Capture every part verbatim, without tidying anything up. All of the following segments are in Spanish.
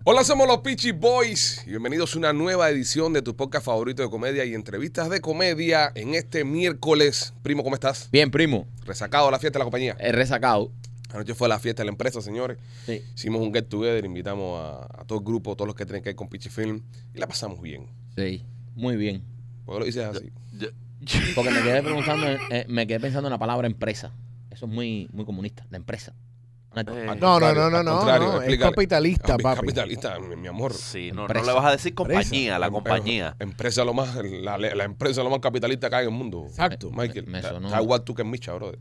Hola, somos los Peachy Boys y bienvenidos a una nueva edición de tu podcast favorito de comedia y entrevistas de comedia en este miércoles. Primo, ¿cómo estás? Bien, primo. Resacado a la fiesta de la compañía. He resacado. Anoche fue la fiesta de la empresa, señores. Sí. Hicimos un get together, invitamos a, a todo el grupo, todos los que tienen que ir con Peachy Film y la pasamos bien. Sí, muy bien. ¿Por qué lo dices así? Yo- Porque me quedé preguntando, eh, me quedé pensando en la palabra empresa. Eso es muy, muy comunista, la empresa. Una- Eh, Al No, no, contrario, no, no, al no, contrario, no, es explícale. capitalista, Ah, papi. Capitalista, mi, mi amor. Sí, no, no Empresa. le vas a decir compañía, la Em- compañía. em- Empresa lo más, la, la empresa lo más capitalista que hay en el mundo. Exacto. Michael, Me- me está, sonó. está igual tú que en Micha, brother.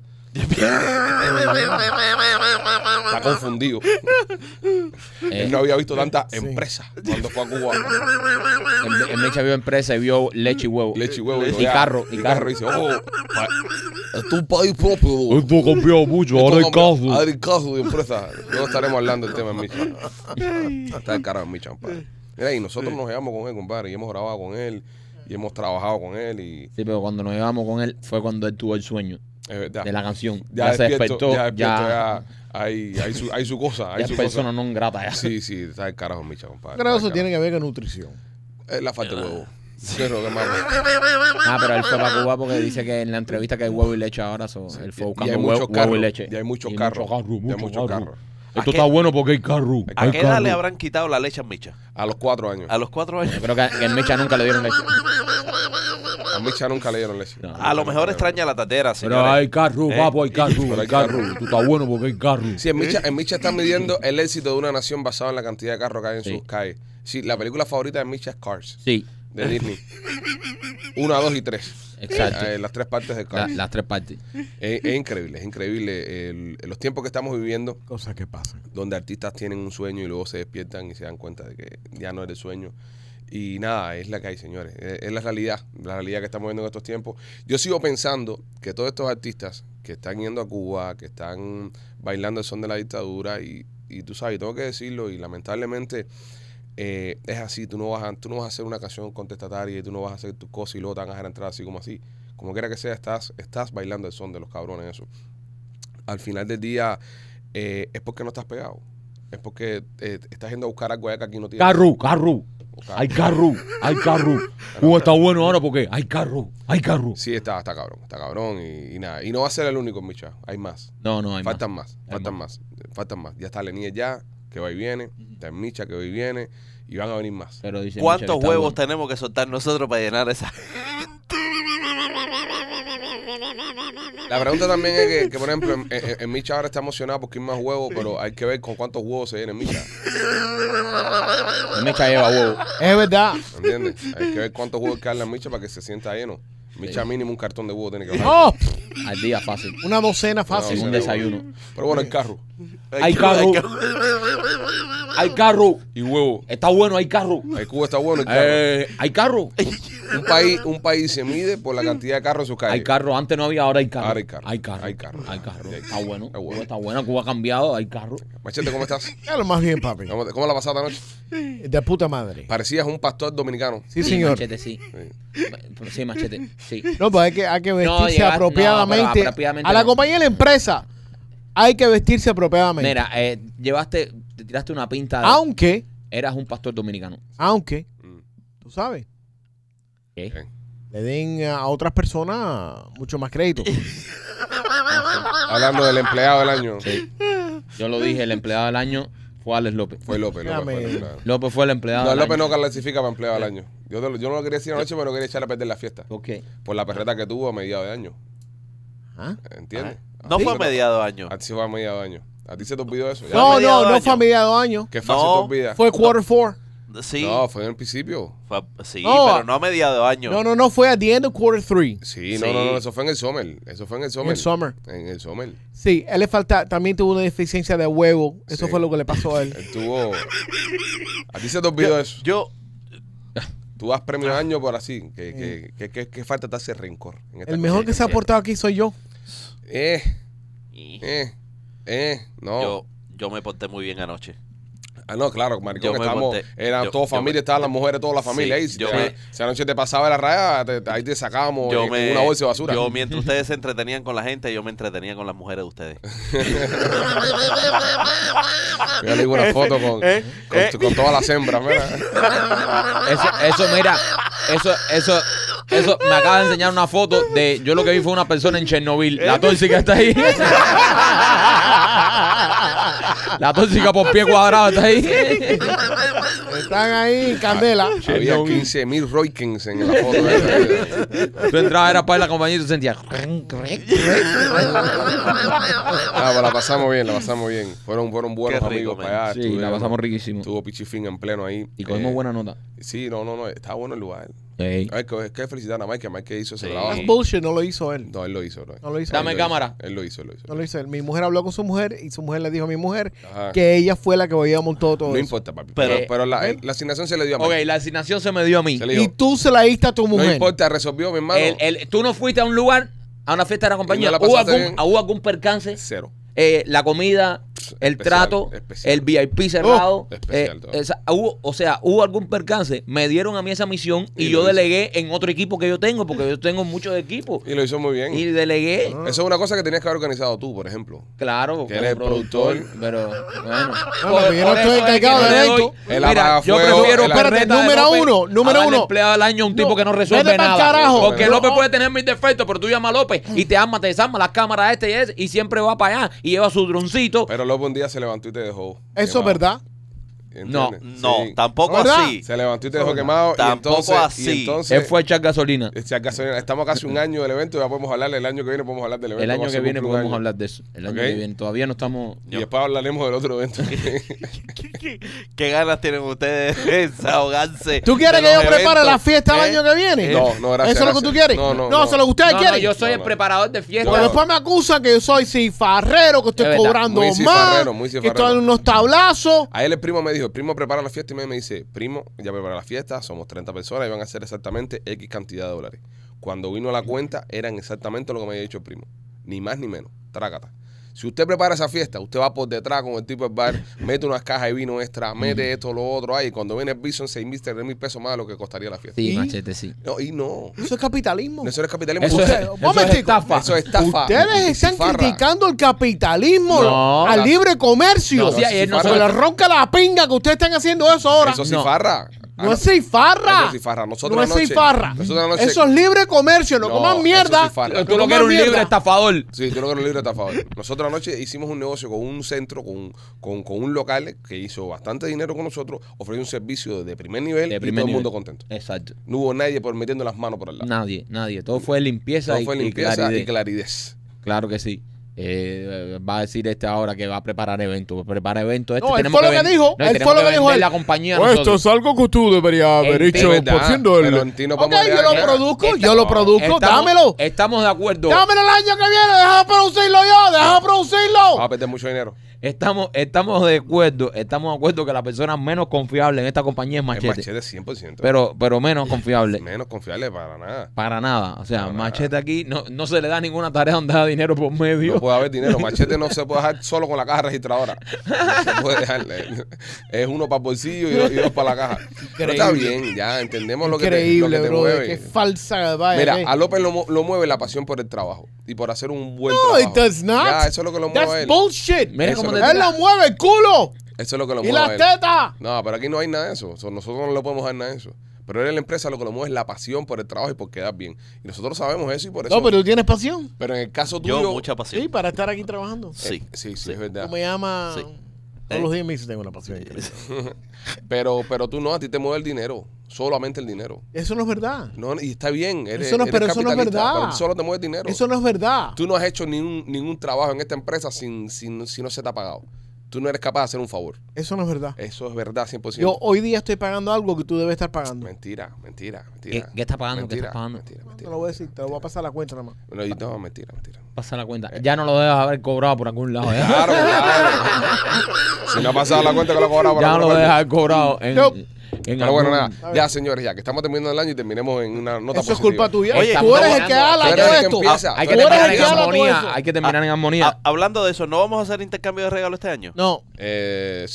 Está confundido. eh, Él no había visto tantas Sí. empresas cuando fue a Cuba. en, en Mecha vio empresa y vio leche y huevo. Leche y huevo. Y ya, carro, y Y carro. carro. Y dice, oh, pa- esto es un país propio. Esto ha cambiado mucho, ahora hay Esto cambia- caso. Ahora hay caso de empresa. No estaremos hablando del tema en Micha. Está el carajo en Micha, compadre. Mira, y nosotros nos llevamos con él, compadre. Y hemos grabado con él. Y hemos trabajado con él. Y Sí, pero cuando nos llevamos con él fue cuando él tuvo el sueño es verdad. de la canción. Ya, Ya, se despierto, despertó, ya, despierto, ya, ya hay, hay, su, hay su cosa. Hay ya su es cosa. persona non grata. Ya. Sí, sí, está el carajo en Micha, compadre. Creo que Está eso el tiene que ver con nutrición. carajo. Es la falta de huevo. Pero que más. Ah, pero él fue para Cuba porque dice que en la entrevista que hay huevo y leche ahora, so, él fue Y buscando hay huevo, muchos huevo carros. y leche. Y hay muchos Y carros. mucho carro, Y hay mucho muchos carro. carros. Esto ¿A qué- está bueno porque hay carro. ¿A Hay qué edad le carro. habrán quitado la leche a Micha? A los cuatro años. ¿A los cuatro años? Yo creo que, que en Mecha nunca le dieron leche. A Micha nunca le dieron leche. No. A lo mejor extraña la tatera, Pero señores. hay carro, Eh, papo, hay carro, pero hay hay carro. carro. Esto está bueno porque hay carro. Sí, en Micha, en Micha están midiendo el éxito de una nación basado en la cantidad de carros que hay en Sí. sus calles. Sí, la película favorita de Micha es Cars, Sí, de Disney. Una, dos y tres. exacto. Eh, las tres partes de La- Cars. las tres partes. Es, es increíble, es increíble el- los tiempos que estamos viviendo, Cosas que pasan. donde artistas tienen un sueño y luego se despiertan y se dan cuenta de que ya no es el sueño. Y nada, es la que hay, señores. Es, es la realidad, la realidad que estamos viendo en estos tiempos. Yo sigo pensando que todos estos artistas que están yendo a Cuba, que están bailando el son de la dictadura, y, y tú sabes, tengo que decirlo, y lamentablemente eh, es así. Tú no, vas a, tú no vas a hacer una canción contestataria y tú no vas a hacer tus cosas y luego te van a dejar entrar así como así. Como quiera que sea, estás, estás bailando el son de los cabrones, eso. Al final del día, eh, es porque no estás pegado. Es porque eh, estás yendo a buscar algo allá que aquí no tienes. Carro, carro. Buscar- Hay carro, hay carro. Cuba está bueno ahora porque hay carro, hay carro. Sí, está, está cabrón, está cabrón y, y nada. Y no va a ser el único en Micha, hay más. No, no hay más. faltan más, Hay faltan más. faltan más. Ya está Lenier ya, que va y viene, está en Micha, que va y viene, y van a venir más. Pero dice Mecha ¿Cuántos que está huevos bueno. tenemos que soltar nosotros para llenar esa? La pregunta también es que, que, por ejemplo, en, en- en Micha ahora está emocionado porque hay más huevos, pero hay que ver con cuántos huevos se viene en Micha, El Mecha lleva huevo. Es verdad. ¿entiendes? Hay que ver cuántos huevos quedan en Micha para que se sienta lleno. Micha Sí. mínimo un cartón de huevo tiene que bajar. ¡Oh! Al día fácil. Una docena No, fácil. En un sí, desayuno. Pero bueno, el carro Hay carro, hay carro. y huevo. Está bueno, hay carro. El Cuba está bueno, el carro. Eh, hay carro. Un país, un país se mide por la cantidad de carros en sus calles. Hay carro, antes no había, ahora hay carro. Ahora hay carro. Hay carro. Hay carro. Hay carro. Hay Está bueno. Está bueno. Cuba está bueno. Cuba ha cambiado, hay carro. Machete, ¿cómo estás? Ya lo más bien, papi. ¿Cómo, cómo la pasaste anoche? De puta madre. Parecías un pastor dominicano. Sí, señor. Machete, sí. Sí, machete, sí. No, pues hay que, hay que vestirse llegas- apropiadamente. no, pero apropiadamente A la no. compañía y la empresa hay que vestirse apropiadamente. Mira, eh, llevaste, te tiraste una pinta de... Aunque, Eras un pastor dominicano. aunque, Mm. tú sabes, ¿Qué? Ok. le den a otras personas mucho más crédito. Hablando del empleado del año. Sí. Yo lo dije, el empleado del año fue Alex López. Fue López. López fue el Déjame- empleado. López fue el empleado No, del López año. no clasifica para empleado del año. Yo, te lo- yo no lo quería decir anoche, pero no quería echarle a perder la fiesta. ¿Por qué? Por la perreta que tuvo a mediados de año. ¿Ah? ¿Entiendes? No A ti fue se a te- mediado año. A ti se fue a mediados de año. ¿A ti se te olvidó eso? Ya. No, no, mediado no año. fue a mediados de año. Qué fácil No. te olvida. Fue quarter four. Sí, No, fue en el principio. fue a- sí, No. pero no a mediado año. No, no, no, fue at the end of quarter three. Sí, Sí. no, no, no, eso fue en el summer. Eso fue en el En summer. el summer. En el summer. Sí, él le falta, también tuvo una deficiencia de huevo. Eso Sí. fue lo que le pasó a él. Él tuvo... A ti se te olvidó eso. Yo, Tú das premio de año por así. Que, que, que, que, que falta te hace rencor. En esta El mejor cosa. que se ha portado aquí soy yo. Eh, y- eh, eh, no. yo, yo me porté muy bien anoche. Ah, no, claro, maricón, Yo que me estamos, monté. eran Yo- toda yo familia, me- estaban las mujeres, todas las familias Sí, ahí. yo Te- me- si anoche te pasaba de la raya, te- ahí te sacábamos Yo en, me, en una bolsa de basura. yo mientras ustedes se entretenían con la gente, yo me entretenía con las mujeres de ustedes. Yo le digo una foto con, eh, con, eh. con todas las hembras, mira. Eso, eso, mira, eso, eso, eso, me acaba de enseñar una foto de, yo lo que vi fue una persona en Chernobyl, la tóxica está ahí. La tóxica por pie cuadrado está ahí. Están ahí en candela. Había quince mil Roykins en la foto. esa. Tú entrabas, era para la compañía y tú sentías. Ah, pues la pasamos bien, la pasamos bien. Fueron, fueron buenos Qué rico, amigos man. para allá. Sí, la estuvieron- pasamos riquísimo. Estuvo Pichifín en pleno ahí. Y cogimos Eh, buena nota. Sí, no, no, no, estaba bueno el lugar. Ey. Hay que, hay que felicitar a Mike, que Mike hizo ese Sí. trabajo. That's bullshit, no lo hizo él. No, él lo hizo, bro. No lo hizo Dame Él él. lo cámara. hizo, Él lo hizo, él lo hizo. No lo hizo él. Mi mujer habló con su mujer y su mujer le dijo a mi mujer Ajá. que ella fue la que había montado todo No eso. importa, papi. Pero- Pero, pero la, la asignación se le dio a Ok, Mike. la asignación se me dio a mí. Se le Y dijo, tú se la diste a tu no mujer. importa, resolvió, mi hermano. El- el- tú no fuiste a un lugar, a una fiesta de la compañía. ¿Y no la ¿Hubo, pasaste algún, bien? ¿Hubo algún percance? Cero. Eh, la comida, el Especial, trato, especial. el V I P cerrado. Oh, especial eh, todo. esa- hubo, o sea, hubo algún percance. Me dieron a mí esa misión y, Y yo lo hizo. delegué en otro equipo que yo tengo, porque yo tengo muchos equipos. Y lo hizo muy bien. Y delegué. Eso es una cosa que tenías que haber organizado tú, por ejemplo. Claro, Que como eres el productor. Pero bueno. No, pero yo no estoy eso es encargado que de le esto. doy- El Mira, yo apagafuego, prefiero el- perreta Espérate, de número López uno, número a darle uno. empleado del año a un tipo No, que no vete resuelve pa'l nada. carajo. Porque No. López puede tener mis defectos, pero tú llamas a López y te arma, te desarma las cámaras este y ese y siempre va para allá y lleva su droncito. Pero luego un día se levantó y te dejó. Eso es quemado. verdad. ¿Entiendes? No, Sí. tampoco ¿Verdad? así. Se levantó y te dejó quemado. Tampoco y entonces, así. Y entonces, Él fue a echar gasolina. echar gasolina. Estamos casi un año del evento. Ya podemos hablar. El año que viene podemos hablar del evento. El año cuando que se viene cumple un podemos año. hablar de eso. El año Ok. que viene. Todavía no estamos. Y después hablaremos del otro evento. ¿Qué, qué- qué ganas tienen ustedes de desahogarse? ¿Tú quieres de que yo los prepare eventos? la fiesta el ¿Eh? año que viene? No, no, gracias, ¿Eso es lo que gracias. tú quieres? No, no, No, no. eso es lo que ustedes No, no, quieren. yo soy No, el no. preparador de fiesta. Porque No. después me acusan que yo soy cifarrero, que estoy Es verdad. cobrando Muy más, cifarrero, muy que cifarrero. estoy en unos tablazos. A él el primo me dijo, el primo prepara la fiesta y me me dice, primo, ya prepara la fiesta, somos treinta personas y van a hacer exactamente X cantidad de dólares. Cuando vino a la cuenta eran exactamente lo que me había dicho el primo. Ni más ni menos. Trácata. Si usted prepara esa fiesta, usted va por detrás con el tipo del bar, mete unas cajas de vino extra, mete esto, lo otro, ahí, cuando viene el bill son seis mil, tres mil pesos más de lo que costaría la fiesta. Sí, ¿Y? machete, sí. No, y no. Eso es capitalismo. Eso no es capitalismo. Eso Usted- es, Usted- eso es momentico. estafa. Eso es estafa. Ustedes y están cifarra. criticando el capitalismo, No. al libre comercio. No, sí, eso ayer es no Se cifarra. le ronca la pinga que ustedes están haciendo eso ahora. Eso es No. cifarra. No es cifarra. Eso es cifarra. Nosotros No es anoche- cifarra. nosotros anoche- Eso es libre comercio. No, No, coman eso mierda. es cifarra. Tú No lo que eres un mierda. libre estafador. Sí, tú lo que eres un libre estafador. Nosotros anoche hicimos un negocio con un centro, con, con, con un local que hizo bastante dinero con nosotros, ofreció un servicio de primer nivel De y primer todo el nivel. mundo contento. Exacto. No hubo nadie por metiendo las manos por el lado. Nadie, nadie. Todo fue limpieza, Todo y, fue y limpieza claridad. y claridez. Claro que sí. Eh, va a decir este ahora que va a preparar eventos. Prepara eventos. Este No, él tenemos fue lo que ven- dijo, no, él tenemos fue lo que dijo vender él. la compañía Pues esto nosotros. es algo que tú deberías haber Entiende, hecho ¿verdad? por ciento del... Pero en ti no Ok, podemos yo negar lo que- produzco, yo lo No. produzco, Estamos- dámelo. Estamos de acuerdo. Dámelo el año que viene, deja producirlo yo, deja producirlo. Vamos a perder mucho dinero. Estamos, estamos de acuerdo. Estamos de acuerdo que la persona menos confiable en esta compañía es Es Machete. machete cien por ciento. Pero, pero menos confiable. Menos confiable para nada. Para nada. O sea, Para Machete aquí no, no se le da ninguna tarea donde da dinero por medio. No puede haber dinero. Machete no se puede dejar solo con la caja registradora. No se puede dejar. Es uno para el bolsillo y dos, y dos para la caja. Pero está bien, ya entendemos lo que te, lo Increíble, que te bro. mueve. Qué falsa vaya. Mira, ¿qué? a López lo, mu- lo mueve la pasión por el trabajo y por hacer un buen No, it trabajo. does not. Ya, eso es lo que lo mueve a That's él. bullshit. Mira Eso cómo es te lo Él tira. lo mueve el culo Eso es lo que lo y mueve las a él. tetas. No, pero aquí no hay nada de eso. So, nosotros no le podemos dar nada de eso. Pero él en la empresa lo que lo mueve es la pasión por el trabajo y por quedar bien. Y nosotros sabemos eso y por eso. No, pero tú tienes pasión. pero en el caso tuyo. Yo, mucha Sí, pasión. para estar aquí trabajando. Sí. Sí, sí, es verdad. Tú me llamas Sí. todos ¿Eh? los días me dices tengo una pasión. increíble. Pero, pero tú no, a ti te mueve el dinero. Solamente el dinero. Eso no es verdad. No, y está bien. Eres, Eso no- eres pero eso no es capitalista, verdad. pero solo te mueve el dinero. Eso no es verdad. Tú no has hecho ningún, ningún trabajo en esta empresa sin, sin, si no se te ha pagado. Tú no eres capaz de hacer un favor. Eso no es verdad. Eso es verdad, cien por ciento. Yo hoy día estoy pagando algo que tú debes estar pagando. Mentira, mentira, mentira. ¿Qué- qué estás pagando? ¿Qué Mentira, estás pagando? Mentira, No te mentira. lo voy a decir, te lo voy a pasar la cuenta nada más. No, y- no, mentira, mentira. Pasa la cuenta. Ya no lo debes haber cobrado por algún lado. ¿eh? Claro, claro. Si no ha pasado la cuenta que lo ha cobrado por Ya no alguna lo debes parte. haber cobrado en, Nope. en Pero bueno, algún- nada. Ya, señores, ya que estamos terminando el año y terminemos en una nota Eso es positiva. culpa tuya. Oye, tú eres el estamos que hablando- habla tú de eres el que esto. empieza. Hay que Tú eres terminar el en que habla todo armonía. eso. Hay que terminar en armonía. Ha- hablando de eso, ¿no vamos a hacer intercambio de regalos este año? No, Eh, sí. ¿Eh?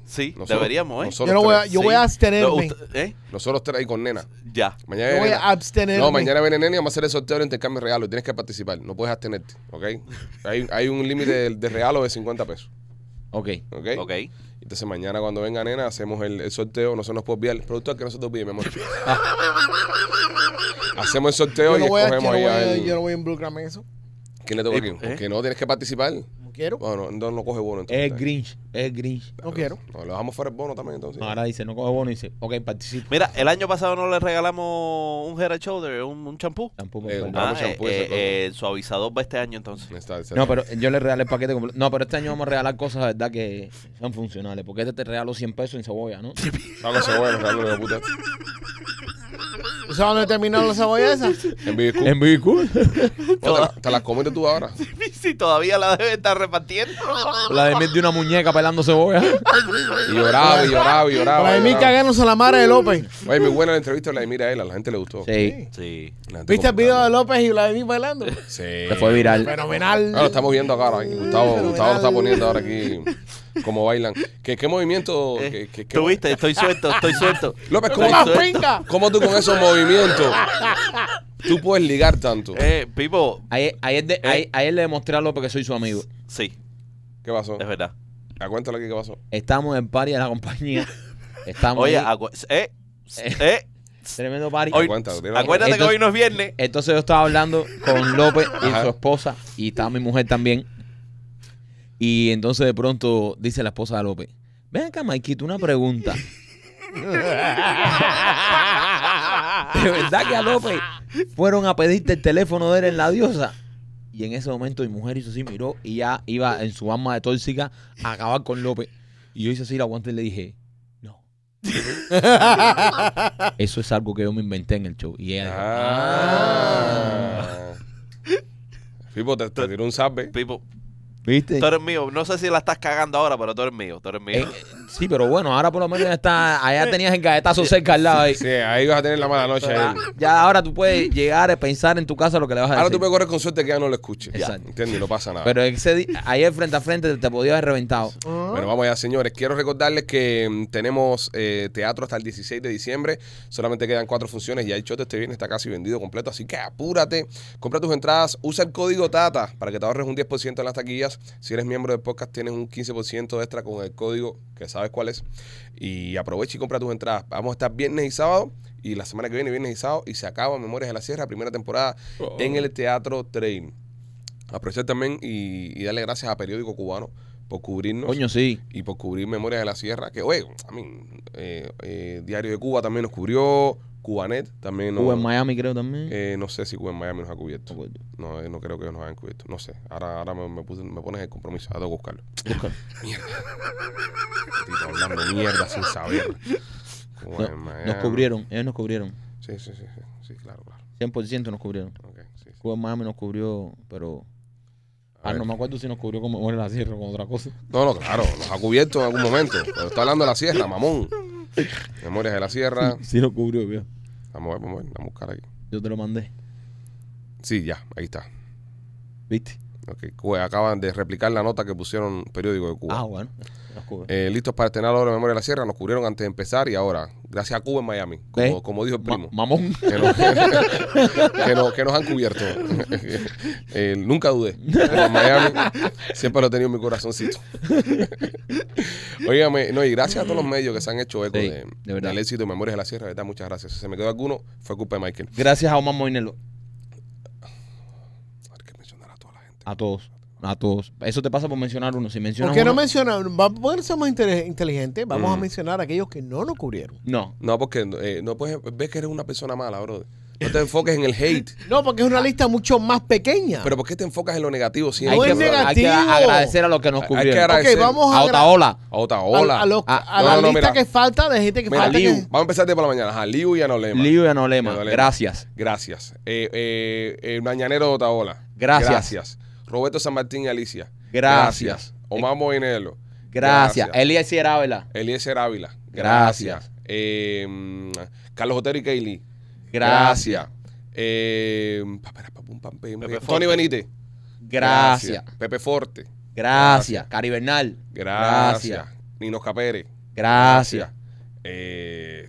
Sí, Nosotros- deberíamos, ¿eh? nosotros Yo, no voy a, tres. yo Sí. voy a No, abstenerme. usted- ¿eh? Nosotros tres ahí con nena. Ya. Mañana Yo voy viene a nena. abstenerme. No, mañana viene nena y vamos a hacer el sorteo del intercambio de regalos. Tienes que participar. No puedes abstenerte, ¿ok? Hay, hay un límite de, de regalo de cincuenta pesos, Ok. ¿ok? Ok. Entonces mañana cuando venga nena hacemos el, el sorteo. No se nos puede olvidar. El productor que no se te olvide, mi amor. Hacemos el sorteo Yo no y voy a, yo escogemos no ahí voy a a- él. yo no voy a involucrarme en eso. ¿Quién le toca Eh, aquí? ¿eh? Porque no tienes que participar. No quiero. Bueno, no, no coge bono entonces. Es Grinch, es Grinch. No quiero. No, le dejamos fuera el bono también entonces. Ahora dice, no coge bono y dice, ok, participa. Mira, el año pasado no le regalamos un head and shoulder, un, un champú. Tampoco. Eh, es un verdad. Vamos, Ah, champú, eh, esa eh, cosa. eh, el suavizador va este año entonces. Está, está, No, pero yo le regalé el paquete completo. No, pero este año vamos a regalar cosas, ¿verdad? Que sean funcionales. Porque este te regaló cien pesos en cebolla, ¿no? Vamos a bueno, regalo de puta. ¿Tú sabes dónde terminaron las cebollas esas? En B B Q. En B B Q. Oh, ¿Te, la- te las comiste tú ahora? Si todavía la debe estar repartiendo. La de mil de una muñeca pelando cebolla. Y lloraba, y lloraba, y lloraba. Para y mí lloraba. cagándose la madre de López. Oye, muy buena la entrevista de Vladimir a él. A la gente le gustó. Sí. Sí. La gente ¿Viste el video de comentando. López y Vladimir bailando? Sí. Se fue viral. Fenomenal. Ah, lo estamos viendo acá ahora. Gustavo, Fenomenal. Gustavo lo está poniendo ahora aquí cómo bailan. ¿Qué, qué movimiento? Eh, qué- qué- qué- ¿Tú viste? Estoy suelto, estoy suelto. López, ¡Como ¿cómo, más suelto. pinga! cómo tú con esos movimientos tú puedes ligar tanto? Eh, Pipo, Ayer, ayer, de- ayer, ayer le demostré a López que soy su amigo. sí, ¿Qué pasó? es verdad. Ah, cuéntale aquí qué pasó. Estamos en party de la compañía. Estamos Oye, ahí. acu- eh, eh, Tremendo party. Hoy- Cuéntalo, tira la- acuérdate que Entonces- hoy no es viernes. Entonces yo estaba hablando con López y Ajá. su esposa y estaba mi mujer también. Y entonces de pronto dice la esposa de López, ven acá, Maikito, una pregunta. ¿De verdad que a López fueron a pedirte el teléfono de él en la diosa? Y en ese momento mi mujer hizo así, miró y ya iba en su alma de tóxica a acabar con López. Y yo hice así la aguanta y le dije, no. Eso es algo que yo me inventé en el show. Y ella dijo, Ah. Pipo, te, te tiró un zape. Pipo, ¿viste? tú eres mío. No sé si la estás cagando ahora, pero tú eres mío, tú eres mío. Eh, eh, sí, pero bueno, ahora por lo menos ya está, allá tenías el galletazo cerca al lado ahí. Sí, ahí vas a tener la mala noche a él. Ya ahora tú puedes llegar a pensar en tu casa lo que le vas a Ahora decir. tú puedes correr con suerte que ya no lo escuche. Exacto. ¿Entiendes? Y no pasa nada. Pero ese di- ayer frente a frente te, te podía haber reventado. Bueno, vamos allá, señores. Quiero recordarles que mm, tenemos eh, teatro hasta el dieciséis de diciembre. Solamente quedan cuatro funciones. Ya el show de este viernes está casi vendido completo. Así que apúrate. Compra tus entradas. Usa el código TATA para que te ahorres un diez por ciento en las taquillas. Si eres miembro del podcast, tienes un quince por ciento extra con el código que sabes cuál es. Y aprovecha y compra tus entradas. Vamos a estar viernes y sábado. Y la semana que viene, viernes y sábado. Y se acaba Memorias de la Sierra, primera temporada en el Teatro Train. Aprovechar también y, y darle gracias a Periódico Cubano por cubrirnos Coño, sí. y por cubrir Memorias de la Sierra, que oye, a mí, eh, eh, Diario de Cuba también nos cubrió, Cubanet también nos... Cuba en Miami creo también. eh, no sé si Cuba en Miami nos ha cubierto. No acuerdo. No, eh, no creo que nos hayan cubierto. No sé. Ahora, ahora me, me, puse- me pones el compromiso. Ahora tengo que buscarlo. Búscalo. Mierda. Tipo, hablando mierda sin saber. Cuba No, en Miami. nos cubrieron, ellos nos cubrieron. Sí, sí, sí, sí, sí, claro, claro. cien por ciento nos cubrieron. Okay, sí, sí. Cuba en Miami nos cubrió, pero... A Ah, ver. no me acuerdo si nos cubrió como Memoria de la Sierra o con otra cosa. No, no, claro, nos ha cubierto en algún momento. Pero está hablando de la Sierra, mamón. Memorias de la Sierra. Sí nos cubrió, viejo. Vamos a ver, vamos a ver, vamos a buscar aquí. Yo te lo mandé. Sí, ya, ahí está. ¿Viste? Ok, Cuba, acaban de replicar la nota que pusieron Periódico de Cuba. Ah, bueno. Nos cubrió. Eh, listos para estrenar la obra de Memoria de la Sierra, nos cubrieron antes de empezar y ahora, gracias a Cuba en Miami, como, ¿Ve? como dijo el Ma- primo. mamón. Que, nos, que, nos, que nos han cubierto. Eh, nunca dudé. Cuba en Miami, siempre lo he tenido en mi corazoncito. Óigame, no, y gracias a todos los medios que se han hecho eco Sí, de, de verdad. del éxito de Memorias de la Sierra, de verdad, muchas gracias. Si se me quedó alguno, fue culpa de Michael. Gracias a Omar Moinelo. Hay que mencionar a toda la gente. A todos. A todos. Eso te pasa por mencionar uno. Si ¿Por mencionas qué no uno... menciona? Va- Poder ser más inte- inteligente. Vamos a Mm. mencionar a aquellos que no nos cubrieron. No. No, porque eh, no puedes, ves que eres una persona mala, brother. No te enfoques en el hate. No, porque es una lista mucho más pequeña. Pero ¿por qué te enfocas en lo negativo Hay siempre? No que, es brother? hay que negativo. agradecer a los que nos Hay que cubrieron. agradecer. ok, vamos a, A agra- Otaola. A Otaola. a, a los- Ah, a no, la no, no, lista mira. que falta de gente que Mira, falta. Liu, que- vamos a empezar de por la mañana. A Liu y a Nolema. Lío y Anolema. Anolema. Gracias. Gracias. Eh, eh, eh, Mañanero de Otaola. Gracias. Gracias. Roberto San Martín y Alicia. Gracias. Omar Moinelo. Gracias. Elías sí era, ¿verdad? Eliezer Ávila. Gracias. Eh, mm, Carlos Otero y Kaylee. Gracias. Eh, pa, pa, pa, pum, pam, pim, Pepe pim. Forte. Tony Benítez. Gracias. Pepe Forte. Gracias. Cari Bernal. Gracias. Nino Capere. Gracias. Eh,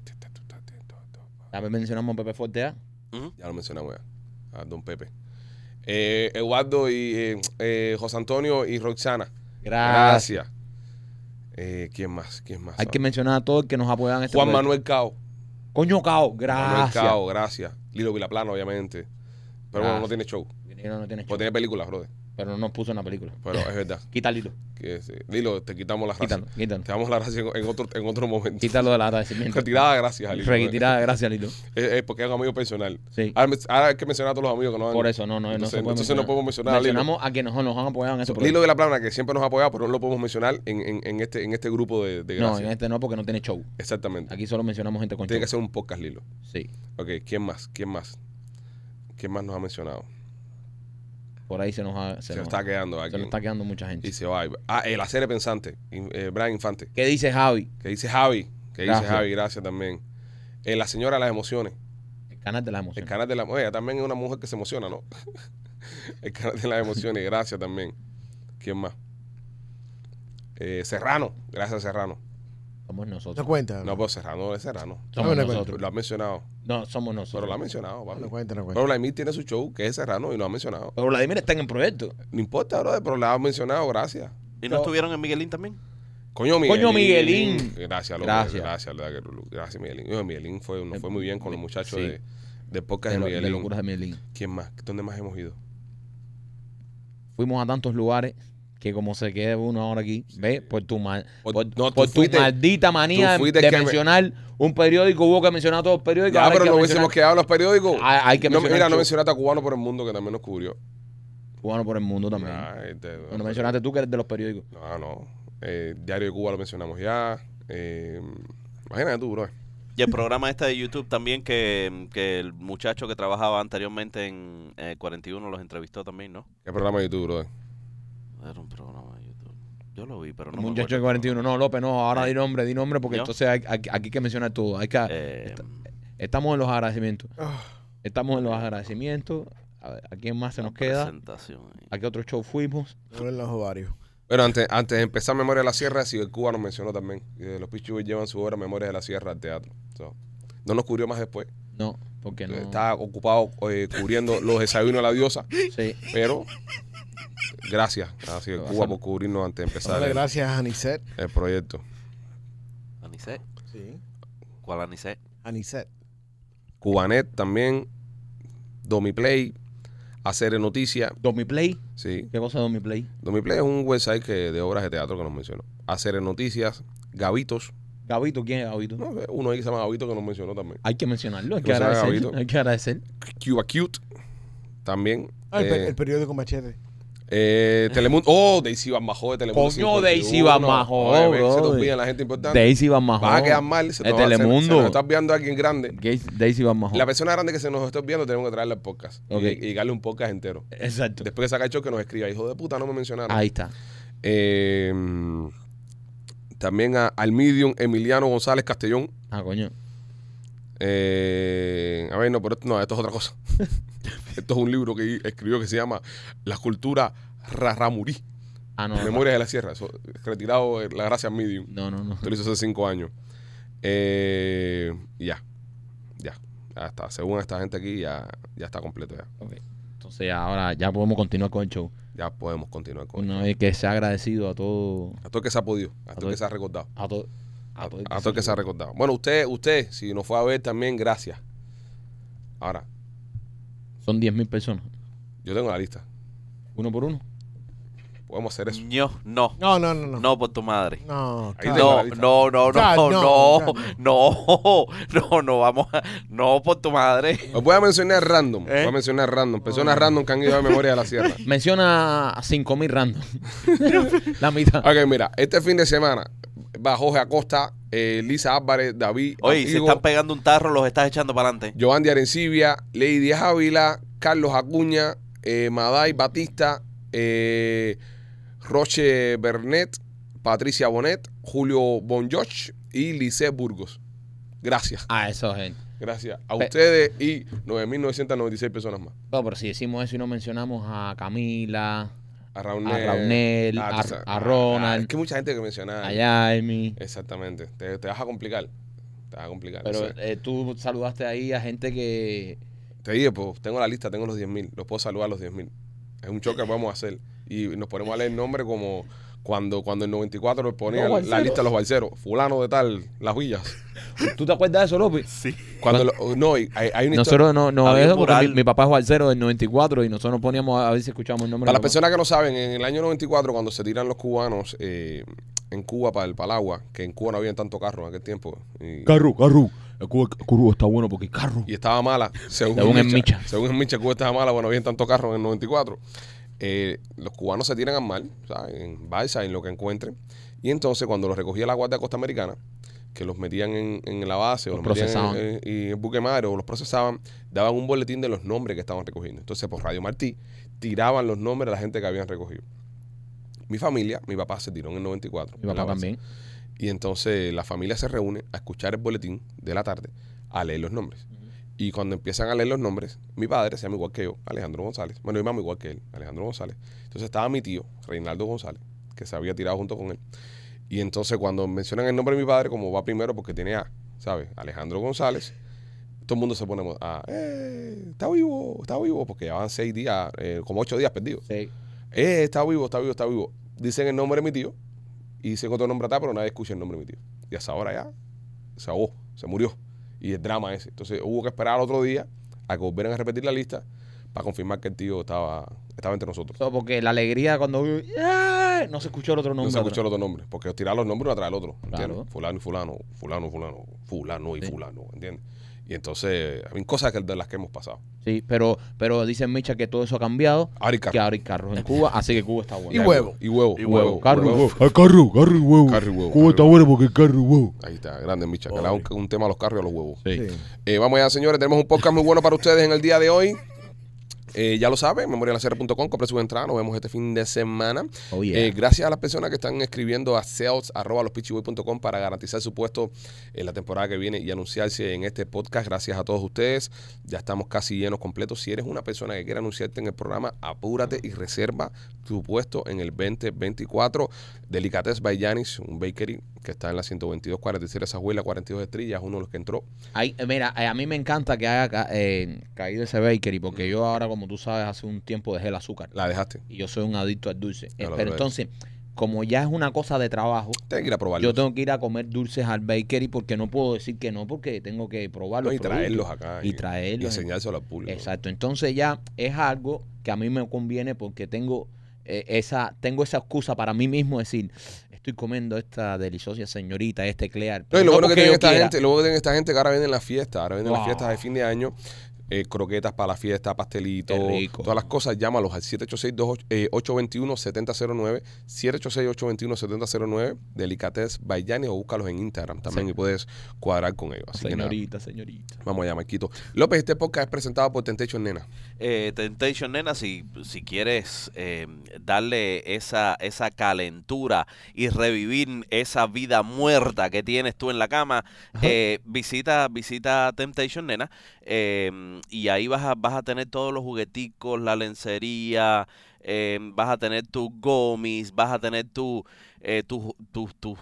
Ya mencionamos a Pepe Forte, ¿ah? Ujú. ya lo mencionamos ya. A Don Pepe. Eh, Eduardo y eh, eh, José Antonio y Roxana. Gracias. Gracias. Eh, ¿Quién más? ¿Quién más? Hay que mencionar a todos que nos apoyan en este Juan proyecto. Manuel Cao. Coño, Cao, Manuel gracias. Cao, gracias. Lilo Vilaplano, obviamente. Pero bueno, no Gracias. tiene show. Lilo no tiene Pues show, tiene películas, brother. pero no nos puso en la película. Pero es verdad. Quita Lilo. Que, sí. Lilo, te quitamos la gracia. Quítalo, quítalo. Te damos la gracia en, en otro, en otro momento. Quítalo del agradecimiento. Retirada, gracias a Lilo. Retirada, gracias, Lilo. Es, es porque es un amigo personal. Sí. Ahora, me- ahora hay que mencionar a todos los amigos que nos han. Por eso, no, no, entonces, no se puede entonces no podemos mencionar a Lilo. Mencionamos a quienes nos, nos han apoyado en ese proyecto. Lilo de la Plana, que siempre nos ha apoyado, pero no lo podemos mencionar en, en, en este, en este grupo de, de No, gracias. en este no, porque no tiene show. Exactamente. Aquí solo mencionamos gente con Tiene que show. ser un podcast, Lilo. Sí. Ok, ¿quién más? ¿Quién más? ¿Quién más nos ha mencionado? Por ahí se nos ha, se Se, nos, está quedando se aquí. nos está quedando mucha gente. Y se va. Ah, el hacer pensante. in- eh, Brian Infante. ¿Qué dice Javi? Que dice Javi. Que dice Gracias. Javi, gracias también. Eh, la señora de las emociones. El canal de la El emoción. canal de la ella también es una mujer que se emociona, ¿no? El canal de las emociones, gracias también. ¿Quién más? Eh, Serrano, gracias Serrano. Somos No nosotros. cuenta. No, pero Serrano es Serrano. Somos No, no, nosotros. Lo ha mencionado. No, somos Pero nosotros. lo ha mencionado, papi. No cuenta, no cuenta. Pero Vladimir tiene su show, que es Serrano, y lo ha mencionado. Pero Vladimir está en el proyecto. No importa, brother, pero lo ha mencionado, gracias. ¿Y no No. estuvieron en Miguelín también? Coño, Miguelín. Coño, Miguelín. Gracias, loco. Gracias. Gracias, gracias, Lulu. Gracias, Miguelín. Oye, Miguelín fue, nos fue muy bien con los muchachos Sí. de, de podcast De, de, lo- de Miguelín. locuras de Miguelín. ¿Quién más? ¿Dónde más hemos ido? Fuimos a tantos lugares que como se quede uno ahora aquí, ve, por tu mal, Por- por, no, tú por tu fuiste- maldita manía tú de, fuiste de que me- mencionar un periódico, hubo que mencionar todos los periódicos. Ya, ahora hay pero que no mencionar- hubiésemos quedado en los periódicos. Hay, hay que No, mencionar mira, no show. mencionaste a Cubano por el Mundo, que también nos cubrió. Cubano por el mundo también. Ay, te- No, no mencionaste tú que eres de los periódicos. No, no. Eh, Diario de Cuba lo mencionamos ya. Eh, imagínate tú, bro. Y el programa este de YouTube también, que, que el muchacho que trabajaba anteriormente en eh, cuarenta y uno los entrevistó también, ¿no? ¿Qué programa de YouTube, bro? Era un programa de YouTube. Yo lo vi, pero no Un me muchacho de acuerdo. cuarenta y uno. No, López, no. Ahora di nombre, di nombre, porque ¿Yo? entonces hay, hay- aquí hay que mencionar todo. Hay que, Eh, est- estamos en los agradecimientos. Ah, Estamos en los agradecimientos. A, ver, ¿a quién más se nos queda? presentación ahí. ¿A qué otro show fuimos? me duelen los ovarios. Pero antes, antes de empezar Memoria de la Sierra, sí, el Cuba nos mencionó también. Eh, los Pichubis llevan su obra Memorias de la Sierra al teatro. So, no nos cubrió más después. No, porque no. Estaba ocupado eh, cubriendo los desayunos de la diosa. Sí. Pero gracias así el Lo Cuba vas a- por cubrirnos antes de empezar Dale el, gracias a Anicet. el proyecto. ¿Anicet? Sí. ¿Cuál Anicet? Anicet. Cubanet también, Domiplay, Hacer Noticias, Domiplay. sí. ¿Qué cosa es Domiplay? Domiplay es un website que, de obras de teatro que nos mencionó. Hacer Noticias, Gavitos, Gabito, ¿quién es Gabito? no, uno ahí que se llama Gavito que nos mencionó también. Hay que mencionarlo, hay ¿Cómo que se llama, agradecer. Gabito? Hay que agradecer. Cuba Cute, también. Ah, el, pe- eh, el periódico Machete. eh, Telemundo, oh, Daisy Van Majó de Telemundo. Coño, cincuenta y Daisy uno. Van Majó, Oye, ven, se te brother. olvida la gente importante. Daisy Van Majó. Vas a quedar mal. Se De nos va- se- Telemundo. Se, nos está olvidando a alguien grande. Gay- Daisy Van Majó. La persona grande que se nos está olvidando tenemos que traerle el podcast. y- Ok. Y, y darle un podcast entero. Exacto. Después que saca el show que nos escriba, hijo de puta, no me mencionaron. Ahí está. Eh, también a, al medium Emiliano González Castellón. Ah, coño. Eh, a ver, no, pero esto, no, esto es otra cosa. Esto es un libro que escribió que se llama La cultura Rarámuri, Ah, no. Memorias de la Sierra. Eso, retirado de la gracia medium. No, no, no. Esto lo hizo hace cinco años. Eh, y ya, ya, ya está. Según esta gente aquí, ya, ya está completo ya. Ok. Entonces ahora ya podemos continuar con el show. Ya podemos continuar con Una vez que se ha agradecido a todo. A todo el que se ha podido, a todo todo el que el- se ha recordado. A todo. A, todo el a todo el que se ha recordado. Bueno, usted, usted, si nos fue a ver también, gracias. Ahora, Son diez mil personas. yo tengo la lista. Uno por uno. Podemos hacer eso. No, no. No, no, no, no. No, por tu madre. No, Ahí claro. tengo la No, lista. no, no, Ya, no, no, no, ya, no, no, no, vamos a, no por tu madre. Os voy a mencionar random. ¿Eh? Voy a mencionar random. Personas random que han ido a Memoria de la Sierra. Menciona a cinco mil random. La mitad. Ok, mira, este fin de semana va Jorge Acosta, eh, Lisa Álvarez, David Oye, si Amigo, están pegando un tarro, los estás echando para adelante. Joan de Arencibia, Lady Ávila, Carlos Acuña, eh, Maday Batista, eh, Roche Bernet, Patricia Bonet, Julio Bonjoch y Lice Burgos. Gracias. Ah, eso, gente. Gracias a Pe- ustedes y nueve mil novecientas noventa y seis personas más. No, pero si decimos eso y no mencionamos a Camila, A Raúl, a Raunel, Ah, a, tú sabes. a Ronald, Es que hay mucha gente que menciona. a Jaime. Exactamente. Te, te vas a complicar. Te vas a complicar. Pero no sé. eh, tú saludaste ahí a gente que... Te dije, pues, tengo la lista, tengo los diez mil. Los puedo saludar a los diez mil. Es un show que vamos a hacer. Y nos ponemos a leer el nombre como cuando, cuando en noventa y cuatro nos ponían Los la balseros. lista de los balseros. Fulano de tal, Las Villas. ¿Tú te acuerdas de eso, López? Sí. Cuando lo- no, y hay, hay una historia. Nosotros no, no Había eso un porque mural. mi, mi papá es balsero del noventa y cuatro y nosotros nos poníamos a ver si escuchábamos el nombre. Para de las mi papá. personas que no saben, en el año noventa y cuatro, cuando se tiran los cubanos eh, en Cuba para el, para el agua, que en Cuba no había tanto carro en aquel tiempo. Y, Carro, carro. El Cuba, Cuba está bueno porque carro. y estaba mala, según, Según el el Micha. Según el Micha, Cuba estaba mala, bueno, había tanto carro en el noventa y cuatro. Eh, los cubanos se tiran al mar, ¿sabes? En balsa, en lo que encuentren. Y entonces, cuando los recogía la Guardia Costa Americana, que los metían en, en la base o Los los, metían procesaban. en, en- en el buque madre o los procesaban, daban un boletín de los nombres que estaban recogiendo. Entonces, por Radio Martí, tiraban los nombres de la gente que habían recogido. Mi familia, mi papá se tiró en el noventa y cuatro. Mi en la papá base. también. Y entonces la familia se reúne a escuchar el boletín de la tarde, a leer los nombres. Y cuando empiezan a leer los nombres, mi padre se llama igual que yo, Alejandro González. Bueno, mi mamá igual que él, Alejandro González. Entonces estaba mi tío, Reinaldo González, que se había tirado junto con él. Y entonces cuando mencionan el nombre de mi padre, como va primero porque tiene A, ¿sabes? Alejandro González, todo el mundo se pone a, eh, está vivo, está vivo, porque llevaban seis días, eh, como ocho días perdidos. Sí. Eh, está vivo, está vivo, está vivo. Dicen el nombre de mi tío y dicen otro nombre atrás, pero nadie escucha el nombre de mi tío. Y hasta ahora ya se ahogó, se murió. Y el drama ese. Entonces hubo que esperar al otro día a que volvieran a repetir la lista para confirmar que el tío estaba, estaba entre nosotros. So, porque la alegría cuando... ¡Ay! No se escuchó el otro nombre. No se escuchó el otro nombre, porque tiraron los nombres uno atrás del otro, ¿entiendes? Claro. Fulano y fulano, fulano, fulano, fulano y Sí. fulano, ¿entiendes? Y entonces, hay cosas que, de las que hemos pasado. Sí, pero, pero dicen Micha que todo eso ha cambiado, Ahora y carro. que ahora hay carros en Cuba, así que Cuba está bueno. Y huevo. Y huevo. Y huevo. Carro y huevo. Ah, carro, carro y huevo. Carro y huevo, Cuba carro y está huevo. bueno porque carro y huevo. Ahí está, grande Micha, que le da un, un tema a los carros y a los huevos. Sí. Sí. Eh, vamos allá, señores. Tenemos un podcast muy bueno para ustedes en el día de hoy. Eh, ya lo saben, memoria lacer punto com, compre su entrada. Nos vemos este fin de semana. Oh, yeah. Eh, gracias a las personas que están escribiendo a sales arroba los pitchy boys punto com para garantizar su puesto en la temporada que viene y anunciarse en este podcast. Gracias a todos ustedes. Ya estamos casi llenos completos. Si eres una persona que quiere anunciarte en el programa, apúrate y reserva tu puesto en el veinte veinticuatro. Delicates by Yanis, un bakery que está en la ciento veintidós cuarenta y siete Sahuela, cuarenta y dos estrellas, uno de los que entró. Ay, eh, mira, eh, a mí me encanta que haya ca- eh, caído ese bakery, porque yo ahora, como tú sabes, hace un tiempo dejé el azúcar La dejaste. y yo soy un adicto al dulce. Eh, Claro, pero lo entonces, como ya es una cosa de trabajo, Tienes que ir a probarlo. yo tengo que ir a comer dulces al bakery porque no puedo decir que no, porque tengo que probarlos. No, y traerlos acá. Y traerlos. Y enseñárselo al público. Exacto. Entonces ya es algo que a mí me conviene porque tengo eh, esa tengo esa excusa para mí mismo decir, estoy comiendo esta deliciosa señorita, este eclair. No, y pero lo bueno que porque tiene yo esta quiera. gente, luego tienen esta gente que ahora vienen las fiestas, ahora vienen las Wow. fiestas de fin de año, eh, croquetas para la fiesta, pastelitos, Qué rico. todas las cosas, llámalos al siete ocho seis, ocho dos uno, siete cero cero nueve, siete ocho seis, ocho dos uno, siete cero cero nueve, Delicates by Yanis, o búscalos en Instagram también Sí. y puedes cuadrar con ellos. Así que nada, Señorita, señorita. vamos allá, Marquito. López, este podcast es presentado por Temptation Nena. Eh, Temptation Nena, si, si quieres eh, darle esa, esa calentura y revivir esa vida muerta que tienes tú en la cama, eh, visita, visita Temptation Nena eh, y ahí vas a, vas a tener todos los jugueticos, la lencería, eh, vas a tener tus gomis, vas a tener tu, eh, tus tus- tus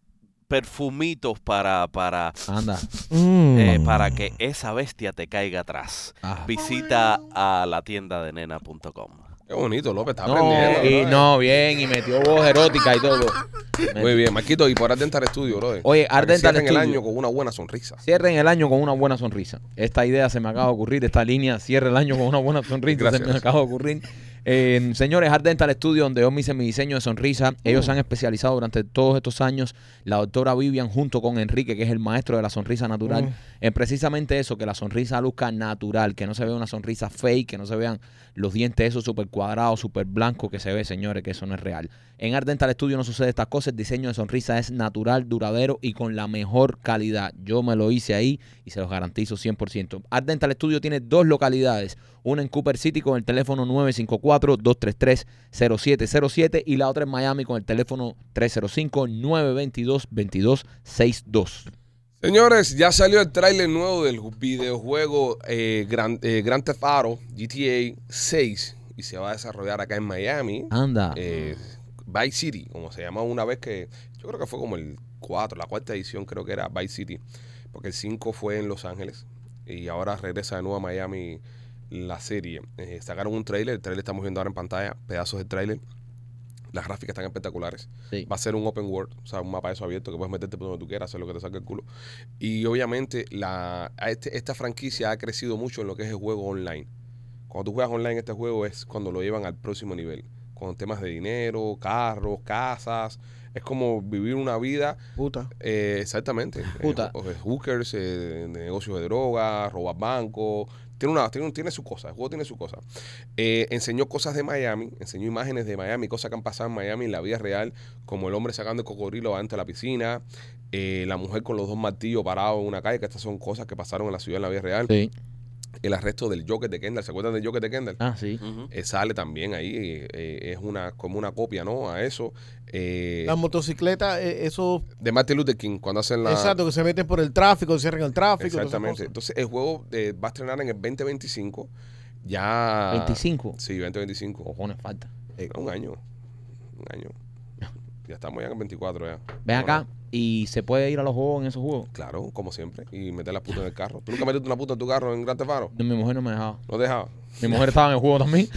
perfumitos para, para, Anda. eh, Mm. para que esa bestia te caiga atrás. Ah. Visita a la tienda de nena punto com. Qué bonito, López, está No, aprendiendo. y brother. no, bien, y metió voz erótica y todo. Muy bien, Marquito, y por Art Dental Studio, brother. Oye, Para Art que Dental cierren el Studio. año con una buena sonrisa. Cierren el año con una buena sonrisa. Esta idea se me acaba de ocurrir, esta línea, cierre el año con una buena sonrisa, Gracias. se me acaba de ocurrir. Eh, señores, Art Dental Studio, donde yo me hice mi diseño de sonrisa, ellos se han especializado durante todos estos años, la doctora Vivian junto con Enrique, que es el maestro de la sonrisa natural, Mm. en precisamente eso, que la sonrisa luzca natural, que no se vea una sonrisa fake, que no se vean los dientes esos súper cuadrados, súper blancos que se ve, señores, que eso no es real. En Art Dental Studio no sucede estas cosas, el diseño de sonrisa es natural, duradero y con la mejor calidad. Yo me lo hice ahí y se los garantizo cien por ciento. Art Dental Studio tiene dos localidades, una en Cooper City con el teléfono nueve cinco cuatro, dos tres tres, cero siete cero siete y la otra en Miami con el teléfono tres cero cinco, nueve dos dos, dos dos seis dos. Señores, ya salió el tráiler nuevo del videojuego eh, Grand, eh, Grand Theft Auto G T A seis y se va a desarrollar acá en Miami. Anda. Eh, Vice City, como se llamaba una vez que, yo creo que fue como el cuatro, la cuarta edición creo que era Vice City, porque el cinco fue en Los Ángeles y ahora regresa de nuevo a Miami la serie. Eh, sacaron un trailer, el trailer estamos viendo ahora en pantalla, pedazos del trailer. Las gráficas están espectaculares. Sí. Va a ser un open world, o sea, un mapa de eso abierto que puedes meterte por donde tú quieras, hacer lo que te saque el culo. Y obviamente la, a este- esta franquicia ha crecido mucho en lo que es el juego online. Cuando tú juegas online este juego es cuando lo llevan al próximo nivel. Con temas de dinero, carros, casas. Es como vivir una vida, Puta. eh, exactamente. Puta. Eh, hookers, eh, negocios de drogas, robar bancos. Tiene, una, tiene, un- tiene su cosa, el juego tiene su cosa. Eh, enseñó cosas de Miami, enseñó imágenes de Miami, cosas que han pasado en Miami en la vida real, como el hombre sacando el cocodrilo adentro de la piscina, eh, la mujer con los dos martillos parados en una calle, que estas son cosas que pasaron en la ciudad en la vida real. Sí. El arresto del Joker de Kendall, ¿se acuerdan del Joker de Kendall? Ah, sí. Ujú. Eh, sale también ahí, eh, eh, es una como una copia, ¿no? A eso. Eh, Las motocicletas, eh, eso, de Martin Luther King, cuando hacen la... exacto, que se meten por el tráfico, cierran el tráfico. todas esas Exactamente. cosas. Entonces, el juego eh, va a estrenar en el veinte veinticinco. Ya... veinticinco. Sí, veinte veinticinco. Cojones, falta. Eh, un año. Un año. Ya estamos ya en el veinticuatro ya. Ven acá. Bueno, ¿Y se puede ir a los juegos en esos juegos? claro, como siempre. Y meter la puta en el carro. ¿Tú nunca metiste una puta en tu carro en Grand Theft Auto? No, mi mujer no me dejaba. ¿No te dejaba? Mi mujer estaba en el juego también.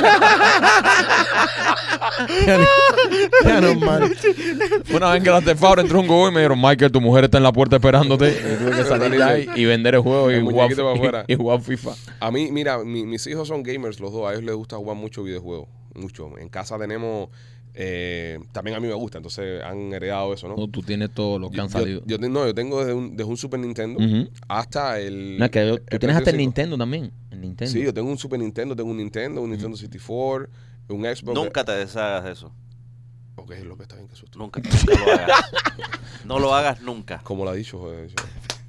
Ya no, man. Una vez que la Tefabra entró un juego y me dijeron, Michael, tu mujer está en la puerta esperándote. Y tuve que salir de ahí y vender el juego y El jugar, muñequito para afuera. y, y jugar FIFA. A mí, mira, mi- mis hijos son gamers los dos. A ellos les gusta jugar mucho videojuegos. Mucho. En casa tenemos... eh, también a mí me gusta. Entonces han heredado eso, ¿no? No, tú tienes todos los que Yo- han yo- salido. Yo, te- no, yo tengo desde un, desde un Super Nintendo Ujú. hasta el... No, es que yo- tú tienes hasta el PlayStation cinco. Nintendo también. El Nintendo. Sí, yo tengo un Super Nintendo, tengo un Nintendo, un Nintendo sesenta y cuatro, un Xbox. Nunca te deshagas de eso. Ok, lo que está bien, que susto. Nunca, nunca lo hagas. No lo hagas nunca. Como lo ha dicho, joder. yo-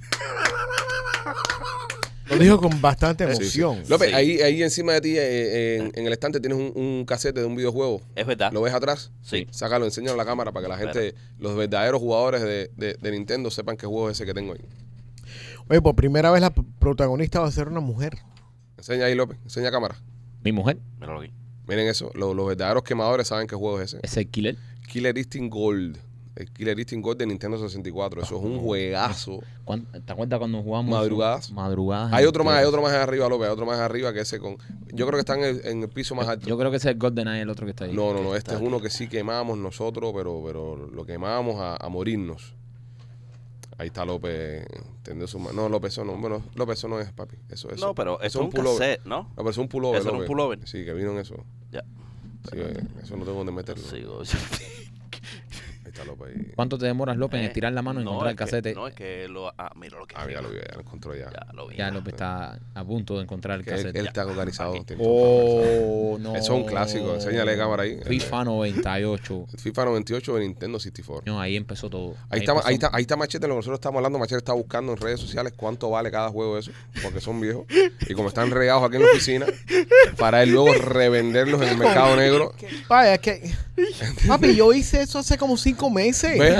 Lo dijo con bastante Sí, sí. emoción. López, Sí. ahí, ahí encima de ti, eh, en, en el estante, tienes un, un casete de un videojuego. Es verdad. ¿Lo ves atrás? Sí. Sácalo, enséñalo a la cámara para que la gente, los verdaderos jugadores de, de- de Nintendo sepan qué juego es ese que tengo ahí. Oye, por primera vez la p- protagonista va a ser una mujer. Enseña ahí, López, enseña a cámara. Mi mujer Míralo aquí. Miren eso, los, los verdaderos quemadores saben qué juego es ese. es el killer. Killer Instinct Gold. El Killer Instinct Gold de Nintendo sesenta y cuatro. Eso es un juegazo. ¿Cuán- ¿Te acuerdas cuando jugamos? Madrugadas. eso? Madrugadas. Hay otro más, hay enteras. otro más arriba, López, hay otro más arriba que ese con... Yo creo que están en el, en el piso más alto. Yo creo que ese es el GoldenEye, el otro que está ahí. No, no, no, Que este está es uno aquí. que sí quemamos nosotros, pero, pero lo quemamos a, a morirnos. Ahí está López, tendió su mano. No, López, eso no. Bueno, López, eso no es, papi. Eso, eso. No, pero eso esto es un pullover. cassette, ¿no? No, pero eso es un pullover. Eso era un López. pullover. Sí, que vino en eso. Ya. Sí, eh, eso no tengo donde meterlo. Sigo. Ahí está López. ahí. ¿Cuánto te demoras, López, en Eh, estirar la mano y no, encontrar el es que- casete? No, es que lo... Ah, mira lo que Ah, ya llega. lo vi, ya lo encontró ya. Ya lo vi. Ya López está a punto de encontrar el Que él, casete. él Ya. está organizado. tiene todo organizado. Oh, no. Eso es un clásico, enséñale cámara ahí. FIFA noventa y ocho. El FIFA noventa y ocho de Nintendo sesenta y cuatro. No, ahí empezó todo. Ahí está, ahí, empezó- está, ahí está Machete, lo que nosotros estamos hablando. Machete está buscando en redes sociales cuánto vale cada juego de eso, porque son viejos. Y como están regados aquí en la oficina, para él luego revenderlos en el mercado negro. Vaya, es que. Papi, yo hice eso hace como cinco meses. ¿Ves?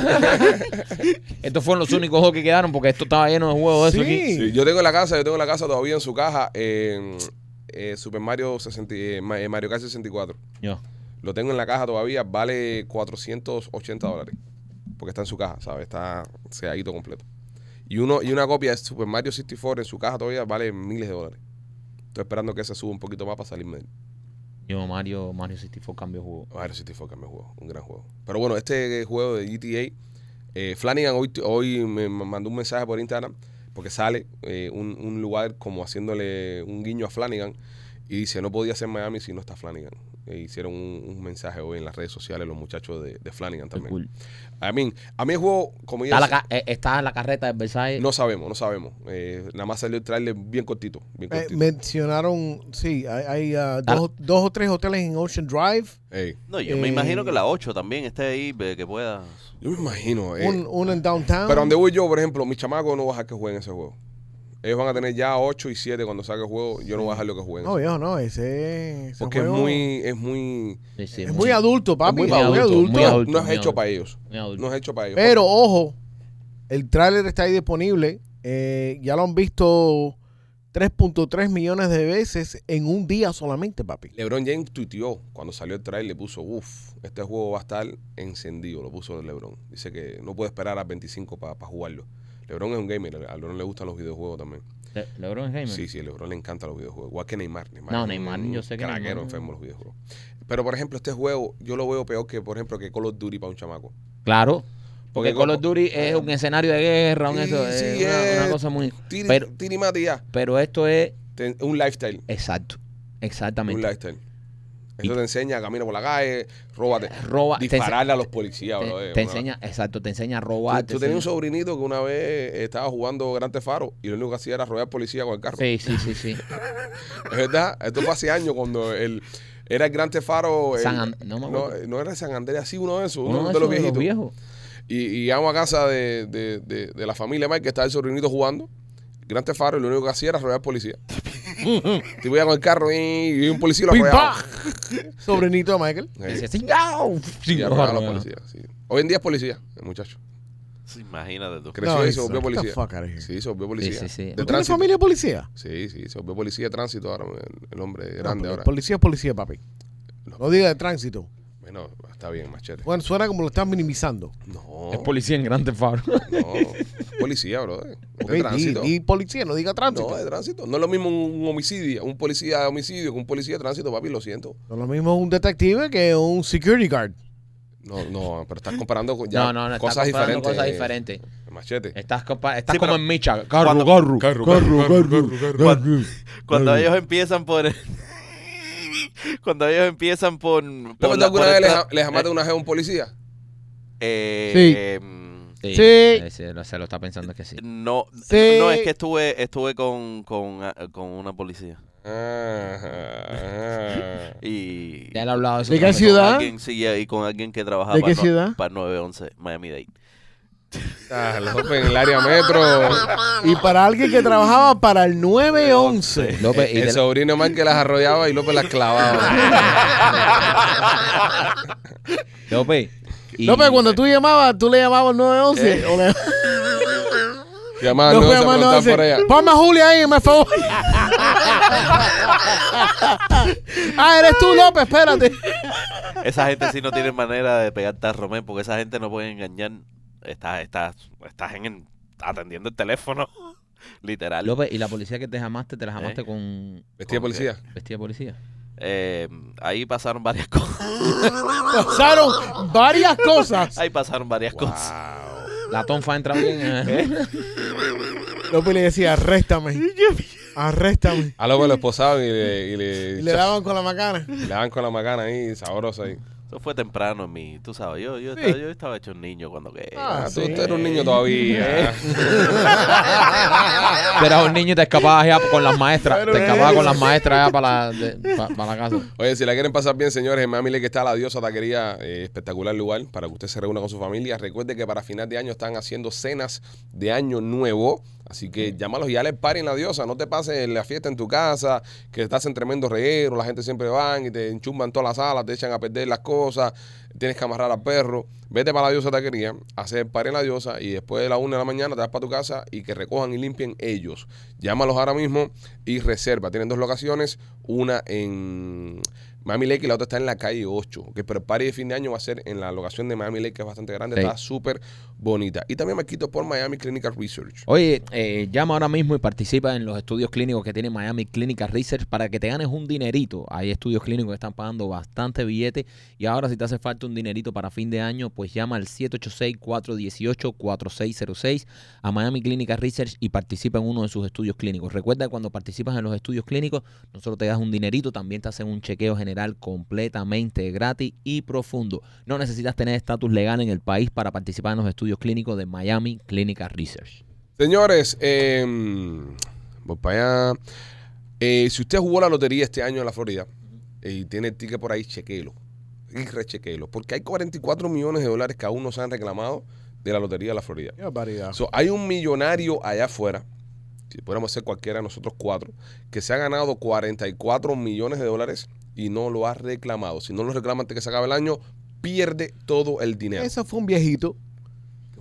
Estos fueron los únicos dos que quedaron porque esto estaba lleno de juegos de eso Sí. aquí. Sí, yo tengo en la casa, yo tengo en la casa todavía en su caja eh, eh, Super Mario sesenta, eh, Ma- eh, Mario Kart sesenta y cuatro. Yo. Lo tengo en la caja todavía, vale cuatrocientos ochenta dólares. Porque está en su caja, ¿sabes? Está selladito completo. Y uno y una copia de Super Mario sesenta y cuatro en su caja todavía vale miles de dólares. Estoy esperando que se suba un poquito más para salirme de él. Yo, Mario, Mario sesenta y cuatro cambio de juego. Mario sesenta y cuatro cambio de juego, un gran juego. Pero bueno, este juego de G T A, eh, Flanagan hoy, hoy me mandó un mensaje por Instagram porque sale eh, un, un lugar como haciéndole un guiño a Flanagan y dice, no podía ser Miami si no está Flanagan. E hicieron un, un mensaje hoy en las redes sociales los muchachos de, de Flanagan Qué también. cool. A mí, a mí el juego, como ya Está, la, ca- eh, está en la carreta del Versailles. no sabemos, no sabemos. Eh, nada más salió el trailer bien cortito, bien Eh, cortito. mencionaron, sí, hay, hay, ah, Ah. dos, dos o tres hoteles en Ocean Drive. Ey, No, yo me Eh, imagino que la ocho también esté ahí, ve, que pueda... yo me imagino. eh, un, uno en Downtown. pero donde voy yo, por ejemplo, mis chamacos no van a dejar que jueguen ese juego. Ellos van a tener ya ocho y siete cuando salga el juego. Yo no voy a dejar lo que jueguen. No, viejo, no, ese, ese Porque juego es muy, es muy, Sí, sí, es muy adulto, papi. muy Es muy adulto, adulto. muy adulto. no es muy hecho adulto. para ellos. muy adulto. No es hecho para ellos. Pero ojo, el tráiler está ahí disponible. Eh, ya lo han visto tres punto tres millones de veces en un día solamente, papi. LeBron James tuiteó cuando salió el trailer, le puso, uff, este juego va a estar encendido, lo puso LeBron. Dice que no puede esperar a veinticinco para pa jugarlo. LeBron es un gamer, a LeBron le gustan los videojuegos también. Le- ¿LeBron es gamer? Sí, sí, a LeBron le encantan los videojuegos. Igual que Neymar. Neymar No, es Neymar, un yo sé que craquero Neymar- enfermo de los videojuegos. Pero, por ejemplo, este juego yo lo veo peor que, por ejemplo, que Call of Duty para un chamaco. Claro. Porque Porque Call of Duty es un escenario de guerra, un Sí, eso, es sí, una, es- una cosa muy... Tiri, Pero, tiri mati ya. pero esto es... Ten- un lifestyle. Exacto. Un Exactamente. lifestyle. Eso Y- te enseña, camina por la calle, róbate. Roba, te, ense- Dispararle a los policías, te- bro. te eh, bro. enseña, exacto, te enseña a robar. Tú, te tú tenías un enseña- sobrinito que una vez estaba jugando Grand Theft Auto y lo único que hacía era rodear policía con el carro. Sí, sí, sí, sí. Es verdad. Esto fue hace años cuando el, era el Grand Theft Auto. el- San An- no me no, acuerdo. no era San Andrés, así uno de esos, uno, Uno de los esos viejitos. viejos. Y, y íbamos a casa de, de, de, de la familia Mike, que estaba el sobrinito jugando. Grand Theft Auto, y lo único que hacía era rodear policía. Te voy a con el carro y, y un policía lo Pim, arrollaba. pa. Sobrinito de Michael. Y dice, sí, au, sí, Y arrollaba a los arrollaba. policías, sí. Hoy en día es policía, el muchacho. Sí, imagínate tú. Creció y se eso, volvió get the policía. fuck out of here. Sí, se volvió policía. Sí, sí, sí. De ¿Tú tienes tránsito. familia policía? Sí, sí, se volvió policía de tránsito ahora, el, el hombre grande No, ahora. Policía es policía, papi. No. No diga de tránsito. Bueno, está bien, machete. Bueno, suena como lo están minimizando. No, Es policía en Grande Faro. no, policía, bro. De Ok, di, tránsito. di policía, no diga tránsito. No, de tránsito. No es lo mismo un homicidio, un policía de homicidio que un policía de tránsito, papi, lo siento. No es lo mismo un detective que un security guard. No, no, pero estás comparando con ya No, no, no, cosas estás comparando diferentes. cosas eh, diferentes. Machete. Estás, compa- estás Sí, como pero en Micha. Carro, cuando- carro, Carro, carro, carro, carro, carro, carro. Cuando ellos empiezan por... Cuando ellos empiezan por... ¿Tú por la- alguna por vez le, esta- ja- le jamaste una jeva a un policía? eh, Sí. em, Sí, Sí. eh, se, lo, se lo está pensando que sí. No, Sí. no, es que estuve estuve con, con, ah, con una policía. Ajá. Y Ya le he hablado de eso. ¿De qué otra vez. ciudad? con alguien, sí, y con alguien que trabajaba ¿De para, qué no- ciudad? para nueve once Miami-Dade. Ah, López, en el área metro. Y para alguien que trabajaba para el nueve once. López, y el de- sobrino más que las arrollaba y López las clavaba. López. y- López, cuando tú llamabas, tú le llamabas al nueve once. O le... Llamaba No no fue se llamar al preguntar por ella. nueve once. Ponme a Julia ahí, me favor. Ah, eres tú, López, espérate. Esa gente sí no tiene manera de pegarte a Romén, porque esa gente no puede engañar. Estás, estás, estás en el- atendiendo el teléfono, literal. López, ¿y la policía que te jamaste, te la jamaste ¿Eh? con Vestida de policía. vestida de policía? Eh, ahí pasaron varias cosas. Pasaron varias cosas. Ahí pasaron varias cosas. La tonfa entra bien. eh. López le decía, arréstame. Arréstame. A López lo esposaban y le, y le, Y le daban con la macana. le daban con la macana ahí, sabrosa ahí. Eso fue temprano en mí, tú sabes. Yo, yo, Sí. estaba, yo estaba hecho un niño cuando que. Ah, Ah, tú, sí. tú eres un niño todavía. Tú eras un niño y te escapabas ya con las maestras. Pero te escapabas es- con las maestras ya para la, de- pa- para la casa. Oye, si la quieren pasar bien, señores, en Miami Lake está la Diosa Taquería, eh, espectacular lugar para que usted se reúna con su familia. Recuerde que para final de año están haciendo cenas de año nuevo. Así que llámalos y ya les paren la Diosa. No te pases la fiesta en tu casa, que estás en tremendo reguero, la gente siempre van y te enchumban toda la sala, te echan a perder las cosas, tienes que amarrar al perro. Vete para la Diosa Taquería, hacer pare en la Diosa y después de la una de la mañana te vas para tu casa y que recojan y limpien ellos. Llámalos ahora mismo y reserva. Tienen dos locaciones, una en Miami Lake y la otra está en la calle ocho. ¿Okay? Pero el party de fin de año va a ser en la locación de Miami Lake, que es bastante grande, Sí. está súper bonita. Y también me quito por Miami Clinical Research. Oye, eh, llama ahora mismo y participa en los estudios clínicos que tiene Miami Clinical Research para que te ganes un dinerito. Hay estudios clínicos que están pagando bastante billete y ahora si te hace falta un dinerito para fin de año, pues llama al siete ocho seis, cuatro uno ocho, cuatro seis cero seis a Miami Clinical Research y participa en uno de sus estudios clínicos. Recuerda que cuando participas en los estudios clínicos, no solo te das un dinerito, también te hacen un chequeo general completamente gratis y profundo. No necesitas tener estatus legal en el país para participar en los estudios clínicos de Miami Clinical Research. Señores, eh, voy para allá. Eh, si usted jugó la lotería este año en la Florida eh, y tiene el ticket por ahí, chequelo. Y rechequelo. Porque hay cuarenta y cuatro millones de dólares que aún no se han reclamado de la lotería de la Florida. Qué barbaridad. So, hay un millonario allá afuera, si pudiéramos ser cualquiera de nosotros cuatro, que se ha ganado cuarenta y cuatro millones de dólares y no lo ha reclamado. Si no lo reclama antes que se acabe el año, pierde todo el dinero. Ese fue un viejito que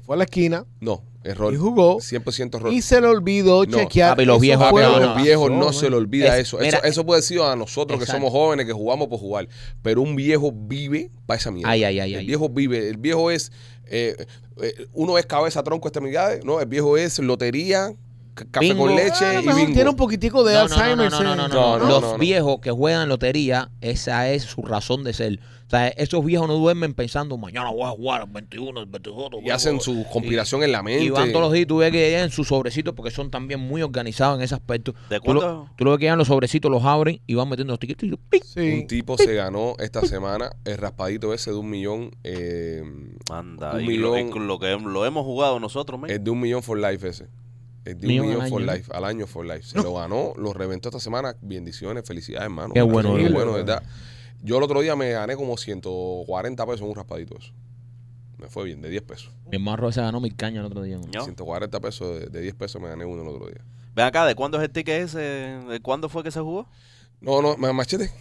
fue a la esquina No, error. y jugó cien por ciento error. y se le olvidó No, chequear. papi, los esos viejos, Papi, papi, a juegos. los no, viejos no, no, se le olvida Es- eso. mira, eso. Eso puede decir a nosotros que exacto. somos jóvenes, que jugamos por jugar. Pero un viejo vive para esa mierda. Ay, ay, ay, el ay. viejo vive. El viejo es... eh, eh, uno es cabeza, tronco, extremidades. No, el viejo es lotería, c- café Bingo. con A leche lo y mejor bingo. tiene un poquitico de No, no, no, Alzheimer. no, no, no, no, No, no, Los no, no. viejos que juegan lotería, esa es su razón de ser. O sea, esos viejos no duermen pensando, mañana voy a jugar al veintiuno, al veintidós. Y hacen su conspiración en la mente. Y van todos los días y tú ves que llegan sus sobrecitos porque son también muy organizados en ese aspecto. ¿De Tú lo, cuándo? tú lo ves que llegan los sobrecitos, los abren y van metiendo los tiquitos y ¡pic! Sí. Un tipo se ganó esta semana el raspadito ese de un millón. Eh, Anda, un y lo, y millón. lo que lo hemos jugado nosotros, men. el de un millón for life ese. El de un Millón millón al for año. life, al año for life. Se lo ganó, lo reventó esta semana. Bendiciones, felicidades, hermano. Qué bueno, Qué Dios. bueno, ¿verdad? Yo el otro día me gané como ciento cuarenta pesos en un raspadito eso. Me fue bien, de diez pesos. Mi hermano Robert se ganó mil cañas el otro día. ¿no? ¿No? ciento cuarenta pesos de, de diez pesos me gané uno el otro día. Ven acá, ¿de cuándo es el ticket ese? ¿De cuándo fue que se jugó? No, no, me machete.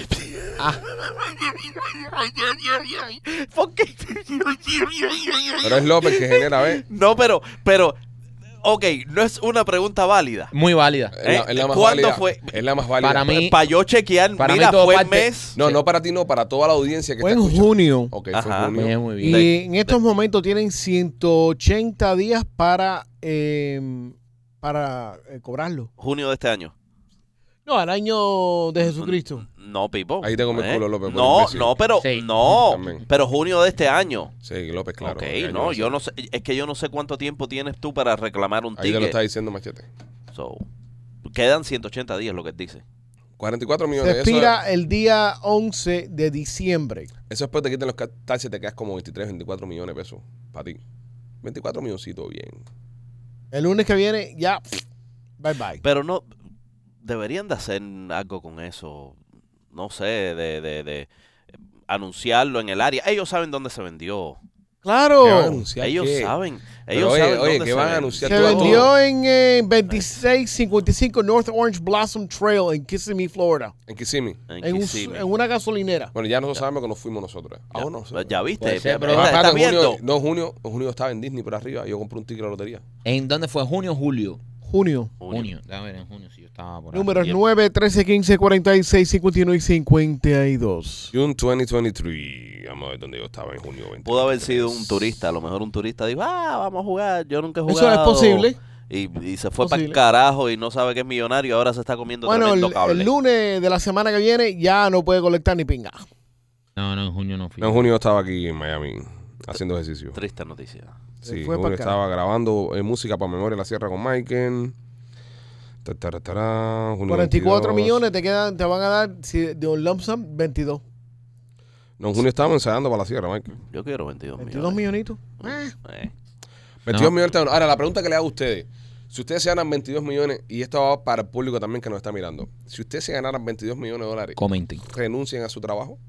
¿Por qué? Pero es López que genera, ¿ves? No, pero, pero, ok, no es una pregunta válida. Muy válida. Es la, es la más ¿Cuándo válida. fue? Es la más válida. Para mí- Para yo chequear, para mira, mí todo fue el parte- mes. No, no para ti, no, para toda la audiencia que Fue está en escuchando. junio. Ok, Ajá. fue en junio. Bien, muy bien. Y De- en estos momentos tienen ciento ochenta días para, eh, para eh, cobrarlo. Junio de este año. No, al año de Jesucristo. No, Pipo. Ahí tengo mi culo, López, por No, imbécil. no, pero, Sí. no, También. pero junio de este año. Sí, López, claro. ok, ¿qué año va no, a yo ser? no sé, es que yo no sé cuánto tiempo tienes tú para reclamar un Ahí te lo ticket. está diciendo Machete. So, quedan ciento ochenta días, lo que él dice. cuarenta y cuatro Se millones. Eso, expira el día once de diciembre. eso después te quitan los ca- taxes, te quedas como veintitrés, veinticuatro millones de pesos para ti. veinticuatro milloncitos, bien. El lunes que viene ya, bye bye. Pero no, deberían de hacer algo con eso, no sé, de, de, de eh, anunciarlo en el área. Ellos saben dónde se vendió. ¿Qué van a Claro. anunciar? Ellos ¿Qué? saben. Pero Ellos oye, saben oye, dónde ¿qué se van a ven- anunciar? Se todo. vendió en eh, veintiséis cincuenta y cinco North Orange Blossom Trail en Kissimmee, Florida. En Kissimmee. En En, un- Kissimmee. en una gasolinera. Bueno, ya nosotros sabemos que nos fuimos nosotros. Ah, Ya, no, sí. ya viste, Puede ser, pero- ¿Estás- Ah, espérate, estás en junio, viendo? no, junio, en junio estaba en Disney por arriba. Yo compré un ticket de la lotería. ¿En dónde fue? ¿Junio o julio? Junio. Junio. Junio. Déjame ver, en junio si yo estaba por ahí. Números Bien. nueve, trece, quince, cuarenta y seis, cincuenta y uno y cincuenta y dos. June veinte veintitrés. Vamos a ver dónde yo estaba en junio veinte. Pudo haber sido un turista. A lo mejor un turista dijo, ah, vamos a jugar. Yo nunca he Eso jugado. es posible. Y, y se fue para el Posible. carajo y no sabe que es millonario. Ahora se está comiendo Bueno, el, tremendo cable. el lunes de la semana que viene ya no puede colectar ni pinga. No, no, en junio no fui. No, en junio estaba aquí en Miami haciendo ejercicio. Triste noticia. Sí, fue junio pa'l estaba grabando eh, música para Memoria de la Sierra con Michael. Ta, ta, ta, ta, junio cuarenta y cuatro veintidós. millones te quedan, te van a dar si, de un lump sum veintidós. No, en junio estábamos ensayando para la Sierra, Michael. Yo quiero veintidós, veintidós millones. millonitos. Eh, Eh. veintidós No. millones. de- Ahora, la pregunta que le hago a ustedes. Si ustedes se ganan veintidós millones, y esto va para el público también que nos está mirando. Si ustedes se ganaran veintidós millones de dólares, Comenten. ¿renuncian a su trabajo?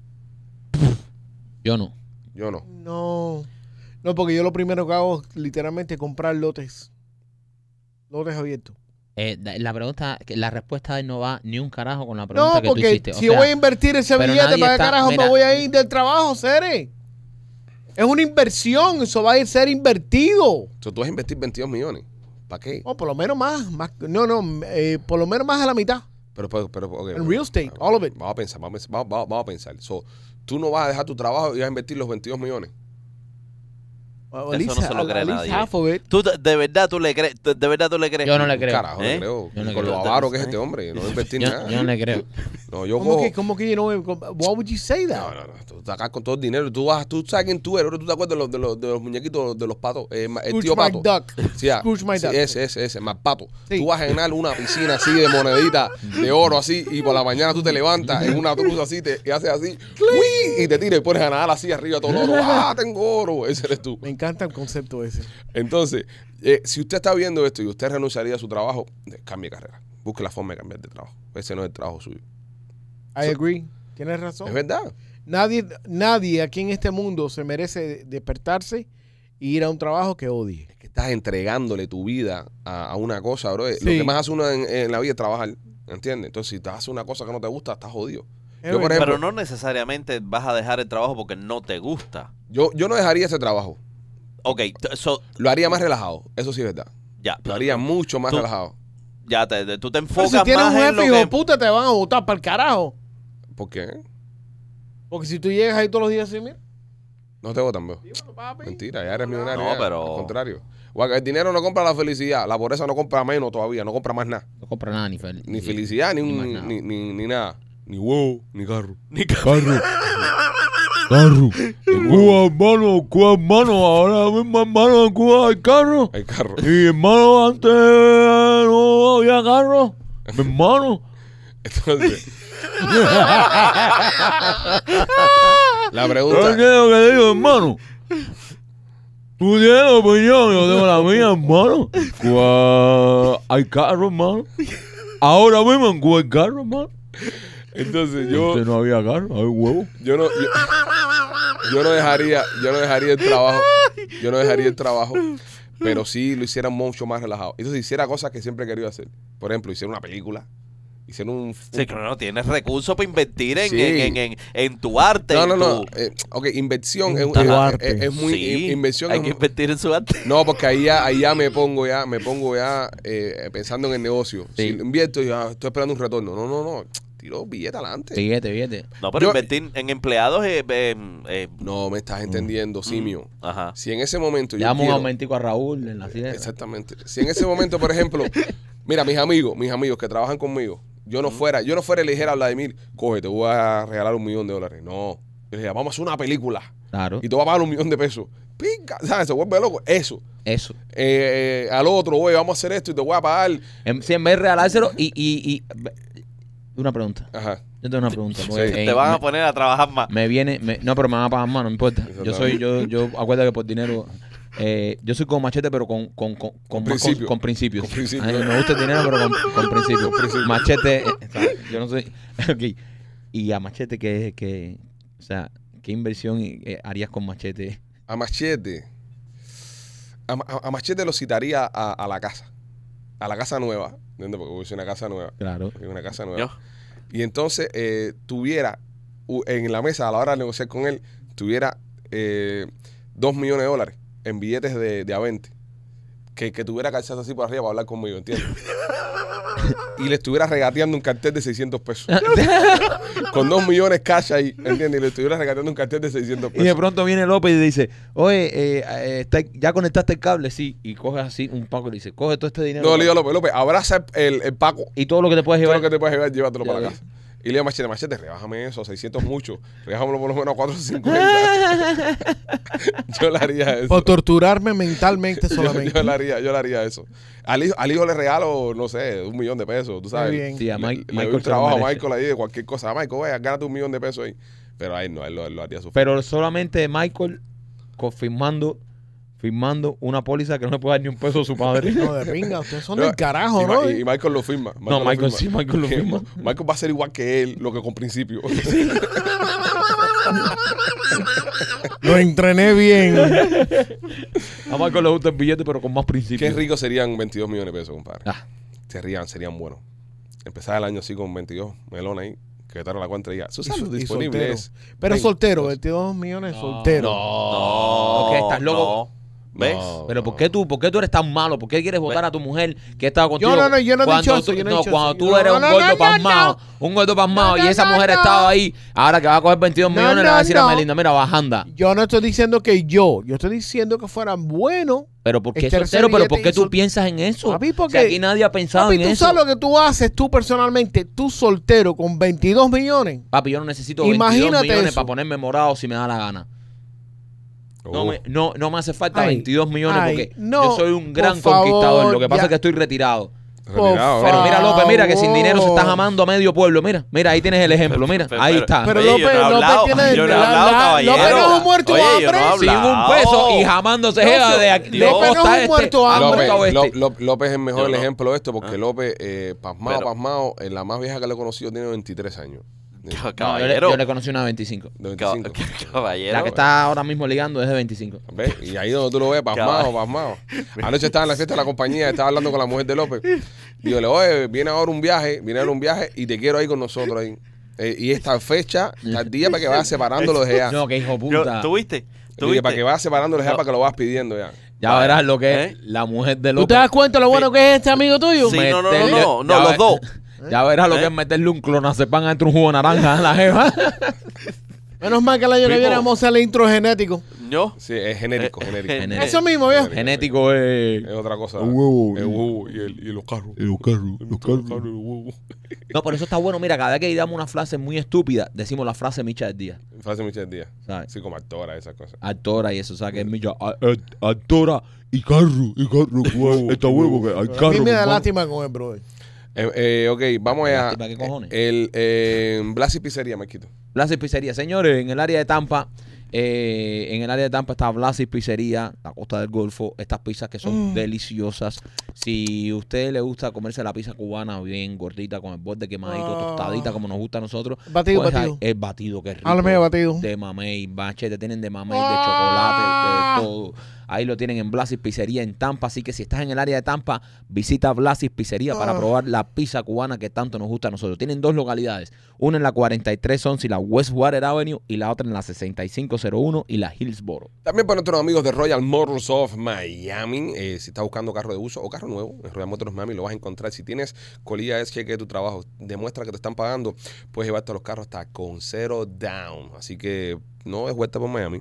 Yo no. Yo no. No. No, porque yo lo primero que hago es literalmente comprar lotes. Lotes abiertos. Eh, la la pregunta, que la respuesta de él no va ni un carajo con la pregunta No, que tú porque hiciste. O si sea, yo voy a invertir ese pero billete, nadie ¿para qué está- carajo mira, me voy a ir del trabajo, Cere? Es una inversión, eso va a ir ser invertido. O sea, tú vas a invertir veintidós millones. ¿Para qué? O por lo menos más, más no, no, eh, por lo menos más a la mitad. Pero, pero, pero, ok, En ok. real estate, all of it. Vamos a pensar, vamos a pensar. Vamos, vamos- vamos a pensar. So, tú no vas a dejar tu trabajo y vas a invertir los veintidós millones. Well, at Eso least- no se lo at- cree at least nadie. half of it. ¿Tú de de verdad tú le crees? ¿De verdad tú le crees? Yo no le creo. Carajo, ¿Eh? no creo. Yo no Con creo. lo avaro que es este hombre. No va a invertir Yo, nada. yo no le creo. No, yo ¿Cómo cojo. que, ¿Cómo que you know, why would you say that? No, no, no. Tú estás acá con todo el dinero. Tú vas, tú sabes quién tú eres. Ahora tú te acuerdas de los, de los, de los muñequitos de los patos. Eh, ma- el Scrooge tío Pato. McDuck. Sí, ah, Scrooge sí, McDuck. ese, ese, ese, más pato. Sí. Tú vas a llenar una piscina así de moneditas de oro así y por la mañana tú te levantas en una cruz así te, y haces así ¡uy! Y te tiras y pones a nadar así arriba todo el oro. ¡Ah, tengo oro! Ese eres tú. Me encanta el concepto ese. Entonces, eh, si usted está viendo esto y usted renunciaría a su trabajo, eh, cambie carrera. Busque la forma de cambiar de trabajo. Ese no es el trabajo suyo. I agree. Tienes razón. Es verdad. Nadie, nadie aquí en este mundo se merece despertarse y ir a un trabajo que odie. Que estás entregándole tu vida a, a una cosa, bro. Lo Sí. que más hace uno en, en la vida es trabajar. ¿Entiendes? Entonces, si te hace una cosa que no te gusta, estás jodido. Es Yo, por verdad. ejemplo, Pero no necesariamente vas a dejar el trabajo porque no te gusta. Yo, yo no dejaría ese trabajo. ok, t- so, Lo haría más relajado, eso sí es verdad. ya. Lo haría mucho más Tú- relajado. Ya, te, te- tú te Pero enfocas si tienes más un en jefe, lo hijo de que... puta, te van a botar para el carajo. ¿Por qué? Porque si tú llegas ahí todos los días así, mira. No te votan, veo. dímelo, papi. Mentira, ya eres millonario. No, ya, pero- Al contrario. O sea, el dinero no compra la felicidad, la pobreza no compra menos todavía, no compra más nada. No compra nada ni fel- Ni felicidad, ni, ni un- más ni, nada. ni, ni, ni nada. Ni huevo, ni carro. Carro. Carro. En Cuba, hermano, Cuba, hermano. Ahora mismo, hermano, en Cuba hay carro. Hay carro. Y hermano, antes no había carro. Mi hermano. Entonces, la ¿Sabes pregunta... qué es lo que digo, hermano? Tú tienes opinión, yo tengo la mía, hermano. Cuba hay carro, hermano. Ahora mismo en Cuba hay carro, hermano. Entonces yo... Antes no había carro, hay huevo. Yo no, yo, yo no dejaría, yo no dejaría el trabajo, yo no dejaría el trabajo, pero sí lo hiciera mucho más relajado. Entonces hiciera cosas que siempre he querido hacer. Por ejemplo, hiciera una película, hiciera un, un- Sí, claro, no tienes recursos para invertir en, Sí. en, en, en, en tu arte. no, en no, no. tu- eh, ok, inversión En es, tu es- arte. es- es muy Sí, in- inversión. hay es que mu- invertir en su arte. no, porque ahí ya, ahí ya me pongo ya, me pongo ya eh, pensando en el negocio. Sí. Si invierto, ya estoy esperando un retorno. No, no, no. Tiro billete adelante. Billete, billete. No, pero Yo- invertir en empleados es... eh, eh, No me estás entendiendo, simio. ajá. Si en ese momento Le yo damos un quiero- aumentico a Raúl en la sierra. Exactamente. Si en ese momento, por ejemplo, mira, mis amigos, mis amigos que trabajan conmigo, yo no fuera, yo no fuera y le dijera a Vladimir, coge, te voy a regalar un millón de dólares. No. Yo le dijera, vamos a hacer una película Claro, y te voy a pagar un millón de pesos. Pinga, ¿sabes? Se vuelve loco. Eso. eso. Eh, eh, al otro, güey, vamos a hacer esto y te voy a pagar. En, si en vez de regalárselo y, y, y... Una pregunta. Ajá. Yo tengo una pregunta. porque, Sí. eh, Te van me- a poner a trabajar más. Me viene, me- no, pero me van a pagar más, no me importa. Yo soy, yo, yo, acuérdate que por dinero, eh, yo soy como Machete, pero con, con, con, con, más cos- principio. con principios. Con principio. A mí me gusta el dinero, pero con, con principios. Machete, eh, o sea, yo no soy, ok. Y a Machete, que, que, o sea, ¿qué inversión eh, harías con Machete? A Machete. A, Ma- a Machete lo citaría a, a la casa. A la casa nueva. ¿Entiendes? Porque es una casa nueva. Claro. Es una casa nueva. Yo. Y entonces eh, tuviera u- en la mesa a la hora de negociar con él, tuviera eh, dos millones de dólares en billetes de, de a veinte. Que, que tuviera que alzarse así por arriba para hablar conmigo, ¿entiendes? Y le estuviera regateando un cartel de seiscientos pesos. Con dos millones cash ahí, ¿entiendes? Y le estuviera regateando un cartel de seiscientos Y de pesos. pronto viene López y dice, oye, eh, eh, está- ¿ya conectaste el cable? Sí. Y coge así un Paco y le dice, coge todo este dinero. No, le digo a López, López, abraza el, el Paco. Y todo lo que te puedes Todo llevar. lo que te puedes llevar, llévatelo Ya para la ves. casa. Y le digo a Machete, Machete, rebájame eso, seiscientos mucho. Rebájamelo por lo menos a cuatrocientos cincuenta. Yo le haría eso. Por torturarme mentalmente Yo, solamente. yo le haría, yo le haría eso. Al hijo, al hijo le regalo, no sé, un millón de pesos, tú sabes. Muy bien. Sí, a Le- Mike- le, Michael doy un se lo trabajo a merece. Michael ahí de cualquier cosa. Ah, Michael, vaya, gánate un millón de pesos ahí. Pero a él no, a él lo, él lo haría sufrir. Pero solamente Michael confirmando firmando una póliza que no le puede dar ni un peso a su padre. No, de pinga, ustedes son No, del carajo, y, ¿no? Ma- y- y Michael lo firma. No, lo Michael firma. sí, Michael lo firma. Michael va a ser igual que él, lo que con principio. Lo entrené bien. A Michael le gusta el billete, pero con más Qué principios. rico serían veintidós millones de pesos, compadre. Ah. Serían, serían buenos. Empezar el año así con veintidós melón ahí, que te la cuenta y diga, Susana, Y sol- y disponible soltero. es Pero veinte". soltero, veintidós millones soltero. No. ¿Qué? ¿Estás loco? no. ¿Ves? No. Pero ¿por qué tú, por qué tú eres tan malo? ¿Por qué quieres votar a tu mujer que estaba contigo? no, no, yo no he cuando dicho eso, tú, yo no he no, dicho cuando eso. tú No, eres no, un no, gordo no, pasmado, no. un gordo pasmado, No, y no, esa no, mujer no. estaba ahí, ahora que va a coger veintidós No, millones, le va no, a decir a no. Melinda, mira, bajanda. Yo no estoy diciendo que yo, yo estoy diciendo que fuera bueno. Pero ¿por qué El tercer soltero? ¿Pero billete por qué y tú sol- piensas en eso? Papi, O porque- sea, aquí nadie ha pensado Papi, en tú eso. sabes lo que tú haces tú personalmente, tú soltero con veintidós millones. Papi, yo no necesito veintidós Imagínate millones eso. para ponerme morado si me da la gana. No Oh. me, no, no me hace falta Ay, veintidós millones ay, porque no, yo soy un gran por favor, conquistador. Lo que pasa ya. es que estoy retirado. Retirado, Por Pero ¿no? mira, López, mira que sin dinero se está favor. jamando a medio pueblo. Mira, mira, ahí tienes el ejemplo. Mira, Pero- ahí pero- está. Pero Oye, yo López, no he López hablado, tiene yo no he la- hablado, la- caballero. López no es un muerto Oye, yo no he hambre. hablado. Sin un hablado. peso y jamándose jeva de, de Dios. costa López no es un este muerto a hambre. costa López, oeste. Ló- Ló- López es mejor Yo el no. ejemplo de esto porque Ah. López, eh, pasmado, Pero- pasmado, eh, la más vieja que le he conocido tiene veintitrés años. De No, yo, le, Caballero. yo le conocí una de veinticinco. de Cab- veinticinco. Caballero. La que está ahora mismo ligando es de veinticinco. ¿Ves? Y ahí donde tú lo ves, pasmado, pasmado. Anoche estaba en la fiesta de la compañía, estaba hablando con la mujer de López. Dígole, oye, viene ahora un viaje, viene ahora un viaje y te quiero ahí con nosotros ahí. Eh, y esta fecha, tal día para que vayas separándolo de ella. No, que hijo Yo- puta. ¿Tú viste? ¿Tú Dije, para viste? que vas separándoles ya No. para que lo vas pidiendo ya. Ya Vaya, verás lo que es ¿eh? la mujer de ¿Tú López. te das cuenta lo bueno que es este amigo tuyo? Sí, no, no, no, Meterle- no, no, ya los ve- dos. Ya verás lo ¿Eh? que es meterle un clonazepam dentro de un jugo de naranja a la jeva. Menos mal que el año que Primo. viene vamos a hacer el intro genético. ¿Yo? Sí, es genérico, Eh, genérico. eh, Genérico. Eso mismo, viejo. Genético es... Es otra cosa. El huevo. El huevo y, el, y los carros. Y los carros, los carros. y los huevos. No, por eso está bueno. Mira, cada vez que digamos una frase muy estúpida, decimos la frase Micha del día. Frase muchos días. ¿Sabes? Sí, como actora, esas cosas. Actora y eso, o sea, que es Micha. A- a- Actora y carro, y carro. Huevo, Está bueno porque hay A mí carro. me da hermano. lástima con el brother. Eh, eh, ok, vamos allá. Lástima, ¿qué cojones? El eh, Blasi Pizzería, Marquito. Blasis Pizzería. Señores, en el área de Tampa, eh, en el área de Tampa está Blasis Pizzería, la Costa del Golfo. Estas pizzas que son Mm. deliciosas. Si a usted le gusta comerse la pizza cubana bien gordita, con el borde quemadito, Ah. tostadita como nos gusta a nosotros. Batido, pues, batido. hay- Es batido, que es rico. Háblame de batido. De mamey, machete, tienen de mamey, de Ah. chocolate, de todo. Ahí lo tienen en Blasis Pizzería en Tampa. Así que si estás en el área de Tampa, visita Blasis Pizzería para Ah. probar la pizza cubana que tanto nos gusta a nosotros. Tienen dos localidades. Una en la cuarenta y tres once y la Westwater Avenue y la otra en la sesenta y cinco cero uno y la Hillsboro. También para nuestros amigos de Royal Motors of Miami. Eh, si estás buscando carro de uso o carro nuevo, en Royal Motors of Miami lo vas a encontrar. Si tienes colilla de cheque de tu trabajo, demuestra que te están pagando, puedes llevarte los carros hasta con cero down. Así que no es vuelta por Miami.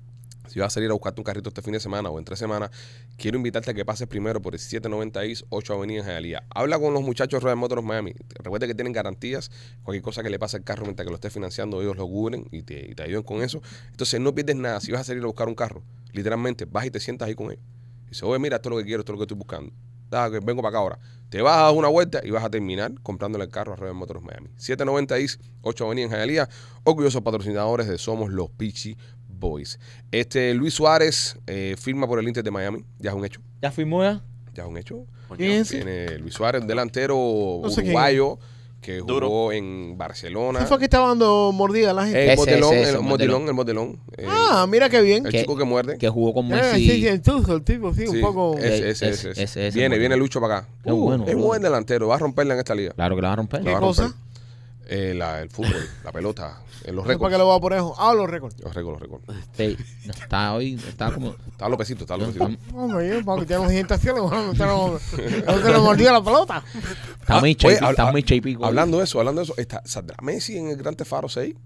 Si vas a salir a buscarte un carrito este fin de semana o en tres semanas, quiero invitarte a que pases primero por el setecientos noventa East, ocho Avenida en Hialeah. Habla con los muchachos de Royal Motors of Miami. Recuerda que tienen garantías. Cualquier cosa que le pase al carro mientras que lo estés financiando, ellos lo cubren y te, y te ayudan con eso. Entonces no pierdes nada. Si vas a salir a buscar un carro, literalmente vas y te sientas ahí con ellos. Y dices, oye, mira, esto es lo que quiero, esto es lo que estoy buscando. Ah, que vengo para acá ahora. Te vas a dar una vuelta y vas a terminar comprándole el carro a Royal Motors of Miami. setecientos noventa East, ocho Avenida en Hialeah. Orgullosos patrocinadores de Somos los Peachy Boys. Este Luis Suárez eh, firma por el Inter de Miami. Ya es un hecho. ¿Ya firmó ya? Ya es un hecho. Coño. ¿Quién es? Tiene Luis Suárez, un delantero No sé quién uruguayo que jugó Duro. en Barcelona. ¿Quién fue que estaba dando mordida a la gente? El Ese, modelón, ese, ese, el el modelón, el modelón. Eh, Ah, mira qué bien. el ¿Qué? chico que muerde. Que jugó con Eh, Messi. sí, sí, entonces el tipo, sí, Sí, un poco. Ese, ese, Ese, ese, ese, ese. ese, ese Viene, modelón. viene Lucho para acá. Qué bueno, Es bro. buen delantero. Va a romperla en esta liga. Claro que la va a romper. La ¿Qué va a romper. cosa? Eh, la- el fútbol, la pelota, eh, los ¿Para récords. qué lo voy a poner? Ah, los récords. Los récords, los récords. Sí. No, está hoy, está como... Está Lopecito, está no, Lopecito. está, Hombre, yo, para que tenga orientación, bueno, usted no, usted no mordió la pelota. está Ah, Micha oye, y- está habla- Micha y pico. Hablando de eso, hablando de eso, está, ¿saldrá Messi en el Gran Tefaro seis?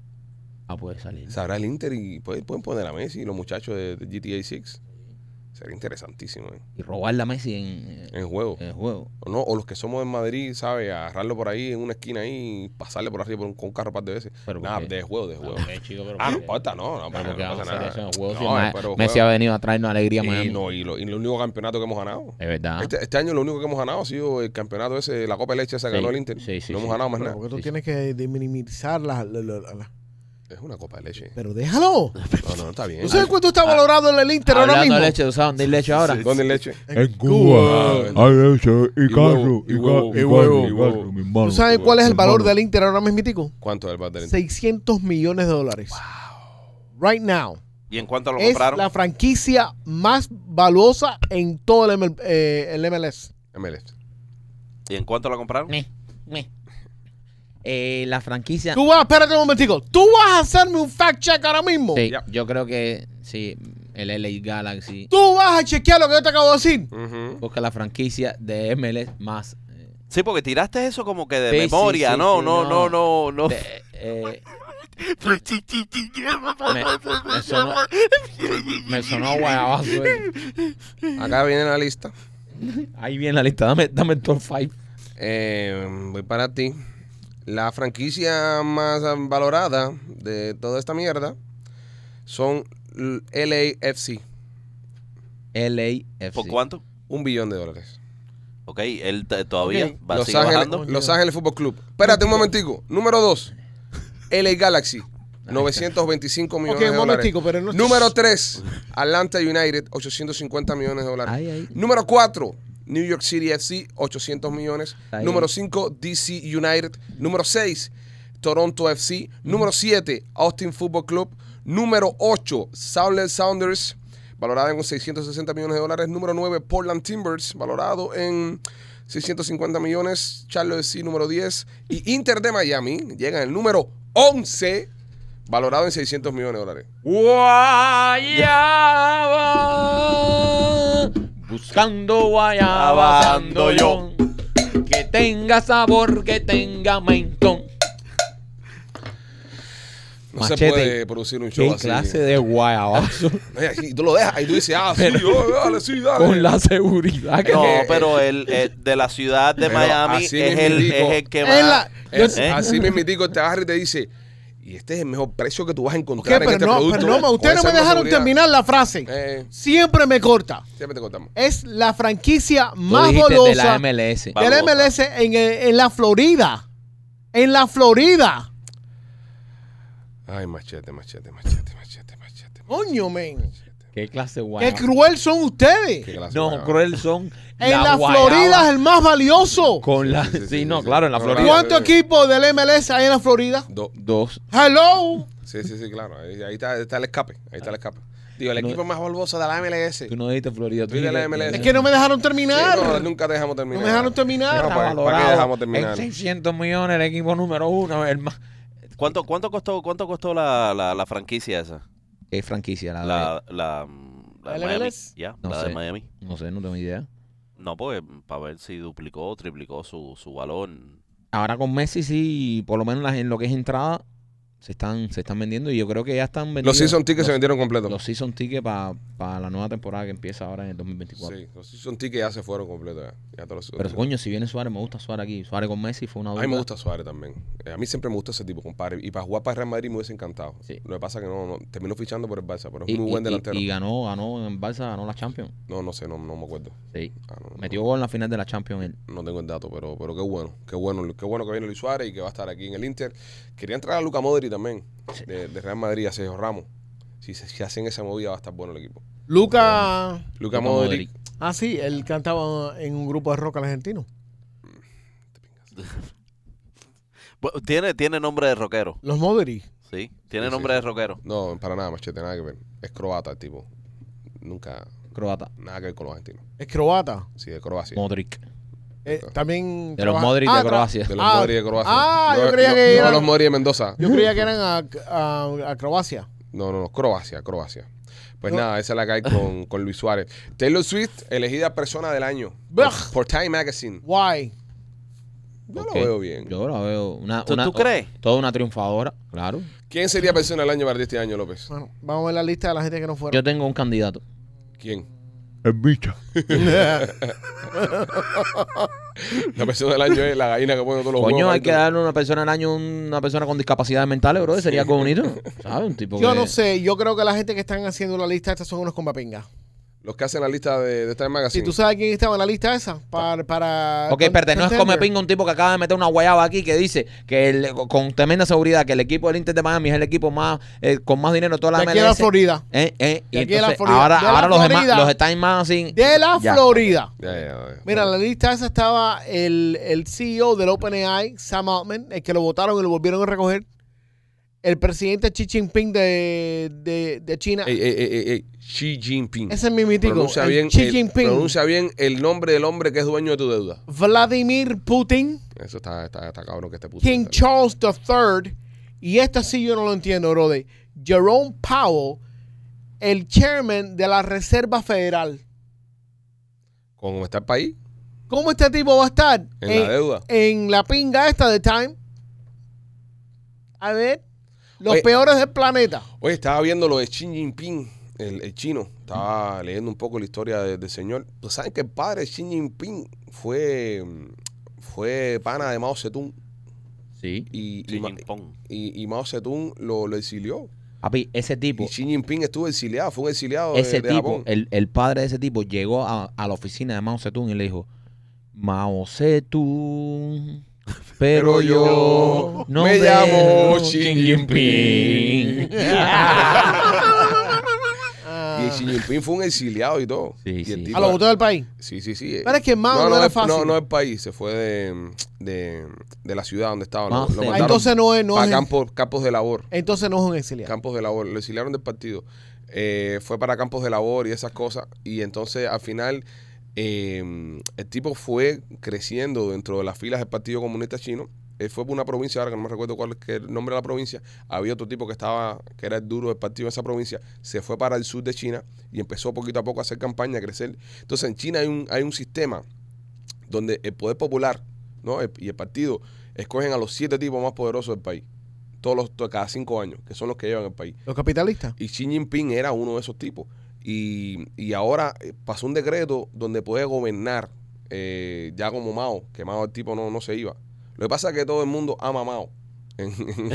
Ah, puede salir. ¿Sabrá el Inter y pueden, pueden poner a Messi y los muchachos de, de G T A seis? Sería interesantísimo, ¿eh? Y robarle a Messi en, En el juego. en el juego. O, no, o los que somos de Madrid, ¿sabes? Agarrarlo por ahí en una esquina ahí y pasarle por arriba por un, con un carro un par de veces. ¿Pero por Nada, qué? de juego, de juego. Ok, chico, pero Ah, no ¿por qué? importa, no, no, Pero no, ¿por qué no vamos a pasa hacer nada. eso en el juego? Si No, Ma- pero Messi juego. ha venido a traernos alegría a Y, Miami. no, y, lo, y el único campeonato que hemos ganado. Es verdad. Este, este año lo único que hemos ganado ha sido el campeonato ese, la Copa de Leche, se Sí, ganó el Inter. sí, sí, no hemos sí. ganado más Pero nada. porque tú Sí, tienes que de minimizar las. La, la- la- la- Es una Copa de Leche. Pero déjalo. No, no, está bien. ¿Tú sabes cuánto está valorado en el Inter ahora Hablando mismo? de leche, ¿tú sabes dónde hay leche ahora? ¿Dónde es leche? En Cuba hay leche y Y carro, huevo, y y ca- huevo, y y carro, huevo, y y carro, huevo. mi hermano. ¿Tú sabes cuál es el valor Hermano. del Inter ahora mismo? ¿Cuánto es el bar del Inter? seiscientos millones de dólares. Right now. ¿Y en cuánto lo Es compraron? la franquicia más valuosa en todo el, M L eh, el M L S. M L S. ¿Y en cuánto lo compraron? Me, me. Eh, la franquicia... Tú vas, espérate un momentico. Tú vas a hacerme un fact check ahora mismo. Sí, Ya. yo creo que sí, el L A Galaxy Tú vas a chequear lo que yo te acabo de decir. Ujú. busca la franquicia de M L S más... eh, Sí, porque tiraste eso como que de Sí, sí, memoria. sí, no, sí, no, no, no. no, no. de- eh, me, me sonó, me sonó guayabazo. eh. Acá viene la lista. Ahí viene la lista, dame, dame el top cinco. Eh, voy para ti. La franquicia más ah, valorada de toda esta mierda son l- L A F C. L A F C. ¿Por cuánto? Un billón de dólares. Ok, él t- todavía Ok. va a Los seguir Ángeles, bajando. Los Ángeles Fútbol Club. Espérate un momentico. Número dos. L A Galaxy. novecientos veinticinco millones Ok, de un dólares. momentico, pero no. Número tres. Atlanta United. ochocientos cincuenta millones de dólares. Ahí, ahí. Número cuatro. New York City F C. ochocientos millones. Ahí. Número cinco. D C United. Número seis. Toronto F C. Número siete. Austin Football Club. Número ocho. Southland Sounders. Valorada en seiscientos sesenta millones de dólares. Número nueve. Portland Timbers. Valorado en seiscientos cincuenta millones. Charlotte F C número diez. Y Inter de Miami llega en el número once. Valorado en seiscientos millones de dólares. Guayaba, buscando guayaba, ando yo. Que tenga sabor, que tenga mentón. No Machete, se puede producir un show ¿Qué así. clase de guayabazo? Oye, y tú lo dejas y tú dices, ah, sí, oh, dale, sí, dale. Con la seguridad que... No, que- pero el, el de la ciudad de Pero Miami así es el, mismitico. es el que Es más... la- Es- ¿Eh? Así mismitico te agarra y te dice, y este es el mejor precio que tú vas a Ok, encontrar en pero este no, producto. pero no, con ustedes no esa me misma dejaron seguridad. terminar la frase. Eh, Siempre me corta. siempre te contamos. Es la franquicia Tú más dijiste golosa de la M L S. Va- del M L S en, eh, en la Florida. En la Florida. Ay, machete, machete, machete, machete, machete. Coño, men. ¿Qué clase de Qué guayaba? cruel son ustedes. Qué clase de No, guayaba. cruel son En la guayaba Florida es el más valioso. con la... Sí, sí, Sí, sí, no, sí, claro, en la sí. Florida. ¿Cuántos equipos del M L S hay en la Florida? Do- Dos. Hello. Sí, sí, sí, claro. Ahí, ahí está, está el escape. Ahí está el escape. Digo, el No- equipo más valioso de la M L S. Tú no dijiste Florida. Tú Tú dijiste la dijiste- M L S. Es que no me dejaron Sí, terminar. no, nunca te dejamos terminar. No me dejaron terminar. No, Está ¿para- para qué valorado dejamos terminar? en seiscientos millones el equipo número uno. El más... ¿Cuánto, cuánto costó, cuánto costó la, la, la franquicia esa? ¿Qué franquicia? La, La, la, la de ¿La Miami. M L S? Ya, No la sé. de Miami. de- No sé, no tengo idea. No, pues para ver si duplicó o triplicó su, su valor. Ahora con Messi sí, por lo menos las- en lo que es entrada, se están, se están vendiendo y yo creo que ya están vendiendo. Los season tickets se los, vendieron completos. los season tickets para la nueva temporada que empieza ahora en el dos mil veinticuatro. Sí, los season tickets ya se fueron completos. Ya, ya te los- Pero coño, si viene Suárez, me gusta Suárez aquí. Suárez con Messi fue una A mí me gusta Suárez también. Eh, a mí siempre me gusta ese tipo, compadre. Y para jugar para el Real Madrid me hubiese encantado. Sí. Lo que pasa es que no, no terminó fichando por el Barça, pero es Y, muy y- buen y- delantero. y ganó, ganó en Barça, ganó la Champions. No, no sé, no, no me acuerdo. Sí. Ah, no, no, Metió gol en la final de la Champions él. no tengo el dato, pero, pero qué bueno. Qué bueno, qué bueno que viene Luis Suárez y que va a estar aquí en el Inter. Quería entrar a Luka Modric también, de, de Real Madrid, a Sergio Ramos. Si, se- si hacen esa movida va a estar bueno el equipo. Luca. Luka Luka Modric. Modric. Ah, sí, él cantaba en un grupo de rock argentino. Bueno, Tiene, tiene nombre de rockero, Los Modric. ¿sí? Tiene Sí, nombre sí. de rockero. No, para nada, machete, nada que ver. Es croata el tipo. Nunca, Croata. nada que ver con los argentinos. Es croata. Sí, de Croacia. Modric. Eh, también. De los trabaja- Modric Ah, de tra- Croacia. De los Ah, Modric de Croacia. ah, no, yo creía no- que no eran- los Modric de Mendoza. Yo creía que eran a, a- a Croacia. No, no, no, Croacia, Croacia. Pues No. nada, esa es la que hay con, con Luis Suárez. Taylor Swift, elegida persona del año Bah. por, por Time Magazine. Why? Yo Ok. lo veo bien. Yo la veo. Una, ¿Tú- una- tú crees? Toda una triunfadora, claro. ¿Quién sería persona del año para ti este año, López? Bueno, vamos a ver la lista de la gente que no fueron. Yo tengo un candidato. ¿Quién? El bicho. La persona del año es la gallina que pone todos los Coño, huevos. hay que darle a una persona al año una persona con discapacidades mentales, bro. Sería algo bonito. ¿Sabes? Un tipo Yo que- no sé, yo creo que la gente que están haciendo la lista, estas son unos compapingas. Los que hacen la lista de, de Time Magazine. Si tú sabes quién estaba en la lista esa, para. para Ok, espérate, no es come pinga un tipo que acaba de meter una guayaba aquí que dice que el- con tremenda seguridad que el equipo del Inter de Miami es el equipo más eh, con más dinero de toda la De M aquí L a S. la Florida. Eh, eh, y De aquí a la entonces, Florida. ahora, De la ahora los demás, Florida. los Time Magazine. De la Ya. Florida. Ya, ya, ya. Mira, en la lista esa estaba el, el C E O del OpenAI, Sam Altman, el que lo votaron y lo volvieron a recoger. El presidente Xi Jinping de, de, de China. Ey, ey, ey, ey, ey. Xi Jinping. Ese es mi mítico. Pronuncia el bien, Xi el- Jinping. pronuncia bien el nombre del hombre que es dueño de tu deuda. Vladimir Putin. Eso está, está, está cabrón que este puto. King Charles the third. Y esta sí yo no lo entiendo, brother. Jerome Powell, el chairman de la Reserva Federal. ¿Cómo está el país? ¿Cómo este tipo va a estar En la deuda. en la pinga esta de Time? A ver, los Oye. peores del planeta. Oye, estaba viendo lo de Xi Jinping, el, el chino. Estaba leyendo un poco la historia de- del señor. Pues saben que el padre de Xi Jinping fue, fue pana de Mao Zedong. Sí. Y, y, Xi Ma- Jinping. y- y Mao Zedong lo, lo exilió. Papi, ese tipo, Y Xi Jinping estuvo exiliado, fue un exiliado ese de, de tipo, Japón. el, el padre de ese tipo llegó a, a la oficina de Mao Zedong y le dijo, Mao Zedong, pero Pero yo yo no me llamo veo Xi Xi Jinping. Ah, Y Xi Jinping fue un exiliado y todo. Sí, Y el sí. tipo- a lo botó del país. Sí, sí, sí. Pero es que Mao no no, era es- fácil. No, no es país, se fue de, de, de la ciudad donde estaba. Mao Lo, lo Zedong. Ah, mandaron entonces no es, no para es campos, campos de labor. entonces no es un exiliado. Campos de labor. Lo exiliaron del partido. Eh, fue para campos de labor y esas cosas. Y entonces al final eh, el tipo fue creciendo dentro de las filas del Partido Comunista Chino él fue por una provincia, ahora que no me recuerdo cuál es que el nombre de la provincia, había otro tipo que estaba, que era el duro del partido de esa provincia, se fue para el sur de China y empezó poquito a poco a hacer campaña, a crecer. Entonces en China hay un, hay un sistema donde el poder popular, ¿no? el, y el partido escogen a los siete tipos más poderosos del país, todos los, to- cada cinco años, que son los que llevan el país. Los capitalistas. Y Xi Jinping era uno de esos tipos. Y, y ahora eh, pasó un decreto donde puede gobernar eh, ya como Mao, que Mao el tipo no, no se iba. Lo que pasa es que todo el mundo ama a Mao. En,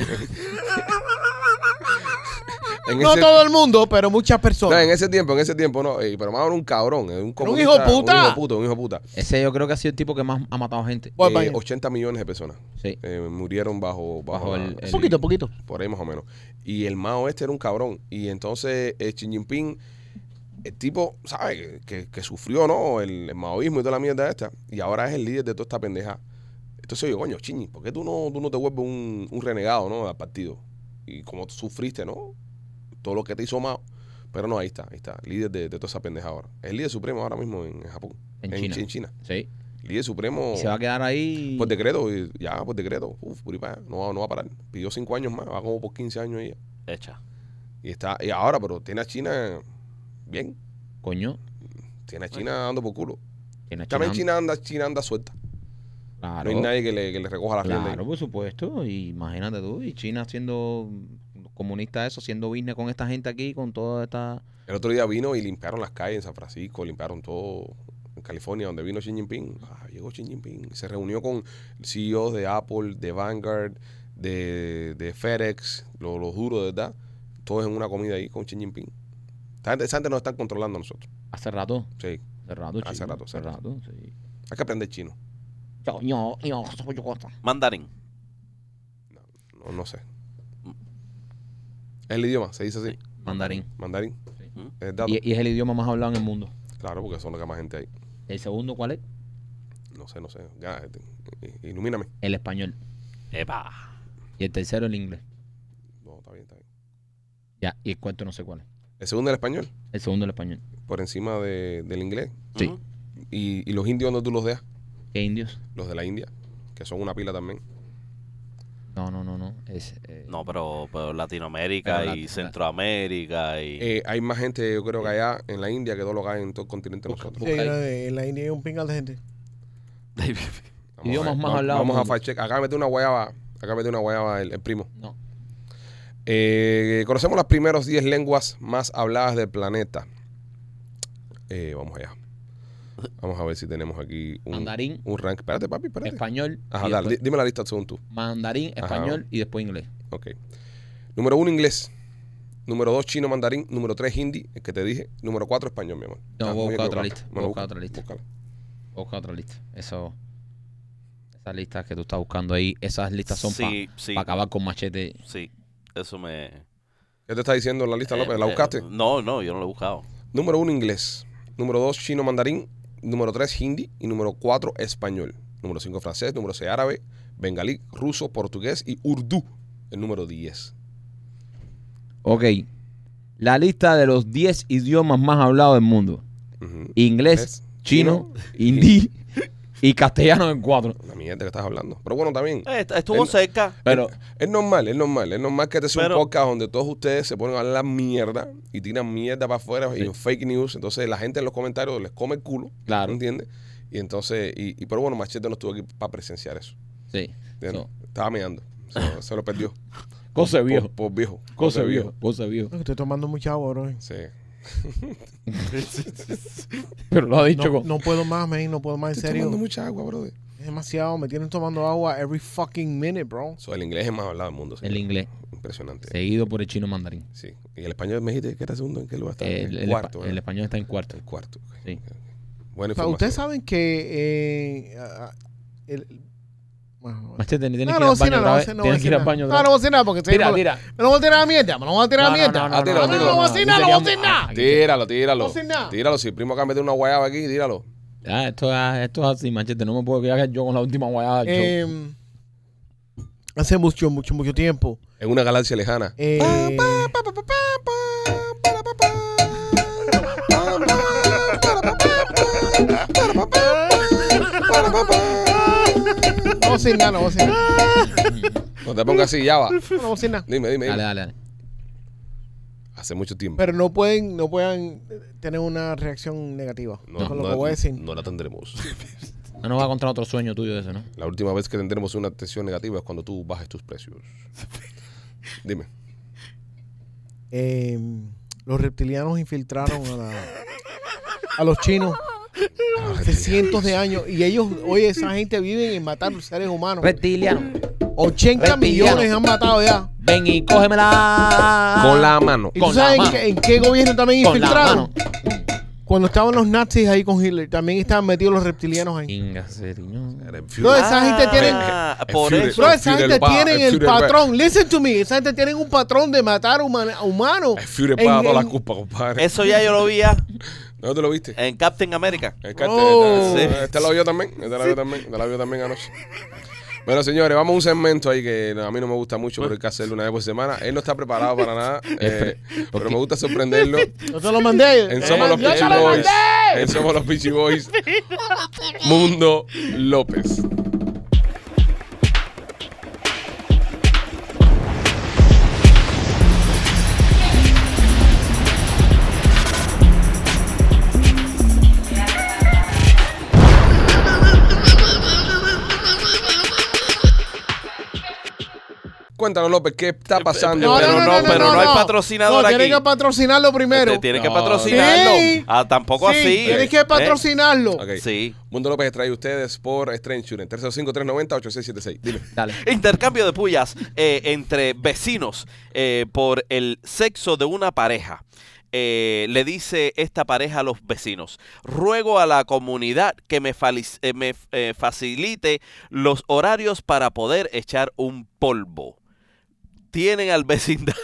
en No ese, todo el mundo, pero muchas no, personas. en ese tiempo, en ese tiempo no. eh, pero Mao era un cabrón, era un comunista, hijo de puta. Un hijo de puta, un hijo de puta. Ese yo creo que ha sido el tipo que más ha matado gente. Voy al Eh, baño. ochenta millones de personas Sí. eh, murieron bajo, bajo, Bajo la- el- Un poquito, poquito. por ahí más o menos. Y el Mao este era un cabrón. Y entonces eh, Xi Jinping, el tipo, ¿sabes? Que, que, que sufrió, ¿no? El, el maoísmo y toda la mierda esta. Y ahora es el líder de toda esta pendeja. Entonces yo, coño, Chiñi, ¿por qué tú no, tú no te vuelves un, un renegado, ¿no? Al partido. Y como tú sufriste, ¿no? Todo lo que te hizo Mao. Pero no, ahí está, ahí está. Líder de, de toda esa pendeja ahora. Es el líder supremo ahora mismo en, en Japón. En en, China. en China. Sí. Líder supremo. Y se va a quedar ahí. Por decreto, y ya, por decreto. Uf, por ahí para allá. No, va- no va a parar. Pidió cinco años más, va como por quince años ella. Hecha. Y está, y ahora, pero tiene a China bien. Coño. Tiene a China dando por culo. Tiene También China- China anda, China anda suelta. Claro. No hay nadie que le, que le recoja la rienda. Claro, ahí. por supuesto. Y imagínate tú, y China siendo comunista eso, siendo business con esta gente aquí, con toda esta... El otro día vino y limpiaron las calles en San Francisco, limpiaron todo en California, donde vino Xi Jinping. Ah, llegó Xi Jinping. Se reunió con C E Os de Apple, de Vanguard, de, de FedEx, los, los duros, de verdad. Todos en una comida ahí con Xi Jinping. Esta gente, esa gente nos están controlando a nosotros. Hace rato. Sí, Hace rato, Hace chico, rato, Hace hace rato, sí. hay que aprender chino. Yo, yo, yo, soy yo, cosa. Mandarín. No, no sé. Es el idioma, se dice así. Mandarín. Mandarín. Sí. Es el dato. Y, y es el idioma más hablado en el mundo. Claro, porque son los que más gente hay. ¿El segundo cuál es? No sé, no sé. Ya, este, i- ilumíname. El español. Epa. Y el tercero el inglés. No, está bien, está bien. Ya, y el cuarto no sé cuál es. El segundo el español, El segundo el español. por encima de- del inglés. Sí. Ujú. Y, y los indios, ¿dónde tú los dejas? ¿Qué indios? Los de la India, que son una pila también. No, no, no, no. Es, eh, No, pero, pero Latinoamérica Pero y Lat- Centroamérica y... Eh, hay más gente, yo creo que allá en la India que todo lo que hay en todo el continente de nosotros. Sí, Busca ahí. no, en la India hay un pingal de gente. Vamos Idiomas a ver, más va- hablados Vamos a del mundo. fact check. Acá mete una guayaba. Acá mete una guayaba el, el primo. no. Eh, conocemos las primeras diez lenguas más habladas del planeta. Eh, vamos allá. Vamos a ver si tenemos aquí un, Mandarín, un rank. Espérate, papi, espérate. español. Ajá, y dale, después- di- dime la lista según tú. Mandarín, Ajá. español y después inglés. Ok. Número uno, inglés. Número dos, chino mandarín. Número tres, hindi, el que te dije. Número cuatro, español, mi amor. No, Estás voy a muy buscar otra equivocado. lista, Bueno, voy a buscar busca- otra lista. búscala. Busca otra lista. Eso. Esas listas que tú estás buscando ahí, esas listas son para sí, sí, acabar con machete. sí. Eso me... ¿Qué te está diciendo la lista, López? eh, ¿La eh, buscaste? no, no, yo no lo he buscado. Número uno, inglés. Número dos, chino mandarín. Número tres, hindi. Y número cuatro, español. Número cinco, francés. Número seis, árabe. Bengalí, ruso, portugués y urdu. El número diez. Ok. La lista de los diez idiomas más hablados del mundo. Ujú. Inglés, Es chino, hindi y castellano en cuatro. La mierda que estás hablando. Pero bueno, también. Eh, est- estuvo El- cerca. Pero, Es normal, es normal. Es normal que este sea un Pero- podcast donde todos ustedes se ponen a hablar mierda y tiran mierda para afuera y Sí. en fake news. Entonces la gente en los comentarios les come el culo. Claro. ¿Entiendes? Y entonces, y, y pero bueno, Machete no estuvo aquí para presenciar eso. sí. ¿Entiendes? So, Estaba meando. Se, se lo perdió. cosa Por, viejo. por viejo. Cosa viejo. Cosa viejo. Estoy tomando mucha agua, bro. Sí. Pero lo ha dicho No, con... no puedo más, man. No puedo más, en Estoy serio. tomando mucha agua, brother. Es demasiado. Me tienen tomando agua every fucking minute, bro. So, el inglés es más hablado del mundo. El señor. inglés, Impresionante. seguido por el chino mandarín. Sí. Y el español me dijiste que era segundo. ¿En qué lugar está? El, el, el cuarto. espa- ¿verdad? el español está en cuarto. El cuarto. ok. Sí. Buena O sea, información. ustedes saben que... eh, ah, el- bueno, Machete, ni tienes no, que ir no al voy a baño decir nada, no otra voy a vez. decir- no voy a Tienes que decir ir al nada. baño No, otra no vez. voy a decir nada porque Tira, me- tira. me lo voy a tirar a la mierda. Me lo voy a tirar a la No, mierda. no, no, Ah, tíralo, no, no, tíralo. no, No, no, sin no, nada, no, seríamos- sin nada. aquí- Tíralo, tíralo. No sin nada. Tíralo. Si el primo acá mete una guayaba aquí, tíralo. Ah, esto, es- esto es así, Machete. No me puedo quedar yo con la última guayada del show. Eh, hace mucho, mucho, mucho tiempo. En una galaxia lejana. Eh, no, vamos sin nada, no vamos sin nada. No te pongas así, ya va. No vamos sin nada. Dime, dime, Dale, dime. dale, dale. Hace mucho tiempo. Pero no pueden, no pueden tener una reacción negativa No, con lo no- que voy a decir. no la tendremos. No nos va a contar otro sueño tuyo de ese, ¿no? La última vez que tendremos una atención negativa es cuando tú bajes tus precios. Dime. Eh, los reptilianos infiltraron a, la- a los chinos hace cientos de años y ellos, oye, esa gente vive en matar seres humanos. Reptiliano. ochenta reptiliano. millones han matado ya. Ven y cógemela. Con la mano. ¿Y tú Con la sabes en mano. qué, en qué gobierno también Con la infiltraron? mano. Cuando estaban los nazis ahí con Hitler, también estaban metidos los reptilianos ahí. Inga, serio. Bro, esa gente tiene... Ah, el por Führer. eso. Bro, esa Führer gente va, tienen el el Führer va. patrón. Listen to me. Esa gente tienen un patrón de matar humana- humanos. El Führer En- paga toda la en- culpa, compadre. Eso ya yo lo vi ya ¿No te lo viste? en Captain America. El cartel, Oh. este, este lo vio también. Este lo vio también. Este lo vio también anoche. Bueno, señores, vamos a un segmento ahí que a mí no me gusta mucho, pero hay que hacerlo una vez por semana. Él no está preparado para nada, eh, pero me gusta sorprenderlo. Yo te lo mandé. En Somos los Yo te Peachy lo Boys. mandé. En Somos los Peachy Boys. Mundo López. Cuéntanos, López, ¿qué está pasando? No, pero no, pero no hay patrocinador no, aquí. Tienes que patrocinarlo primero. Te tienes que No. patrocinarlo. Sí. Ah, tampoco Sí, así. tienes que ¿Eh? patrocinarlo. Ok. Sí. Mundo López trae ustedes por Strange Insurance. tres cero cinco, tres nueve cero, ocho seis siete seis. Dime. Dale. Intercambio de pullas eh, entre vecinos eh, por el sexo de una pareja. Eh, le dice esta pareja a los vecinos: ruego a la comunidad que me, falic- eh, me eh, facilite los horarios para poder echar un polvo. Tienen al vecindario.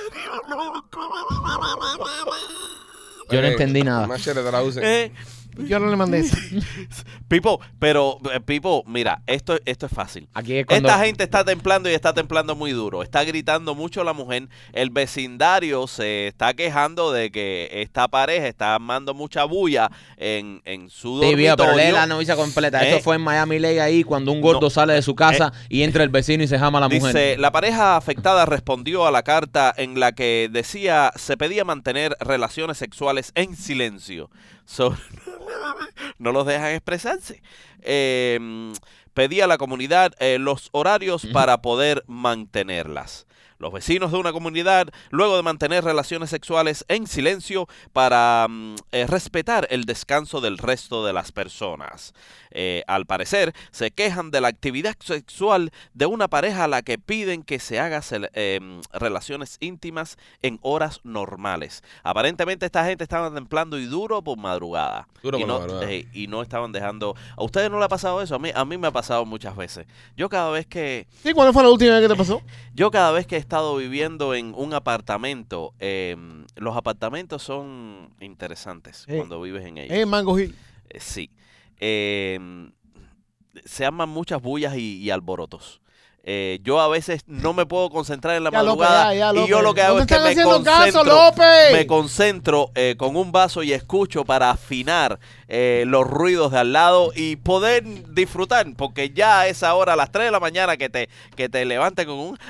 Yo no Eh, entendí nada. Machete, traduce. Eh, Yo no le mandé eso. Pipo, pero eh, Pipo, mira, esto, esto es fácil. Aquí es cuando... Esta gente está templando y está templando muy duro. Está gritando mucho la mujer. El vecindario se está quejando de que esta pareja está armando mucha bulla en, en su Sí, viejo, pero lee dormitorio. la noticia completa. Eh. Esto fue en Miami Lake ahí cuando un gordo No. sale de su casa y entra el vecino y se jama a la mujer. Dice, la pareja afectada respondió a la carta en la que decía, se pedía mantener relaciones sexuales en silencio. So- no los dejan expresarse. Eh, pedía a la comunidad eh, los horarios para poder mantenerlas. Los vecinos de una comunidad, luego de mantener relaciones sexuales en silencio para mm, eh, respetar el descanso del resto de las personas. Eh, al parecer, se quejan de la actividad sexual de una pareja a la que piden que se haga cele- eh, relaciones íntimas en horas normales. Aparentemente esta gente estaba templando y duro por madrugada. Duro y, por no, madrugada. eh, y no estaban dejando... ¿A ustedes no le ha pasado eso? A mí, a mí me ha pasado muchas veces. Yo cada vez que... ¿Sí? ¿Cuándo fue la última vez que te pasó? Yo cada vez que he estado viviendo en un apartamento, eh, los apartamentos son interesantes Eh, cuando vives en ellos. En Mango Hill. Eh, sí. Eh, se arman muchas bullas y, y alborotos. Eh, yo a veces no me puedo concentrar en la Ya, López, madrugada ya, ya, y López. yo lo que hago No es te que están me haciendo caso, concentro, López. me concentro eh, con un vaso y escucho para afinar eh, los ruidos de al lado y poder disfrutar, porque ya a esa hora, a las tres de la mañana, que te, que te levantes con un...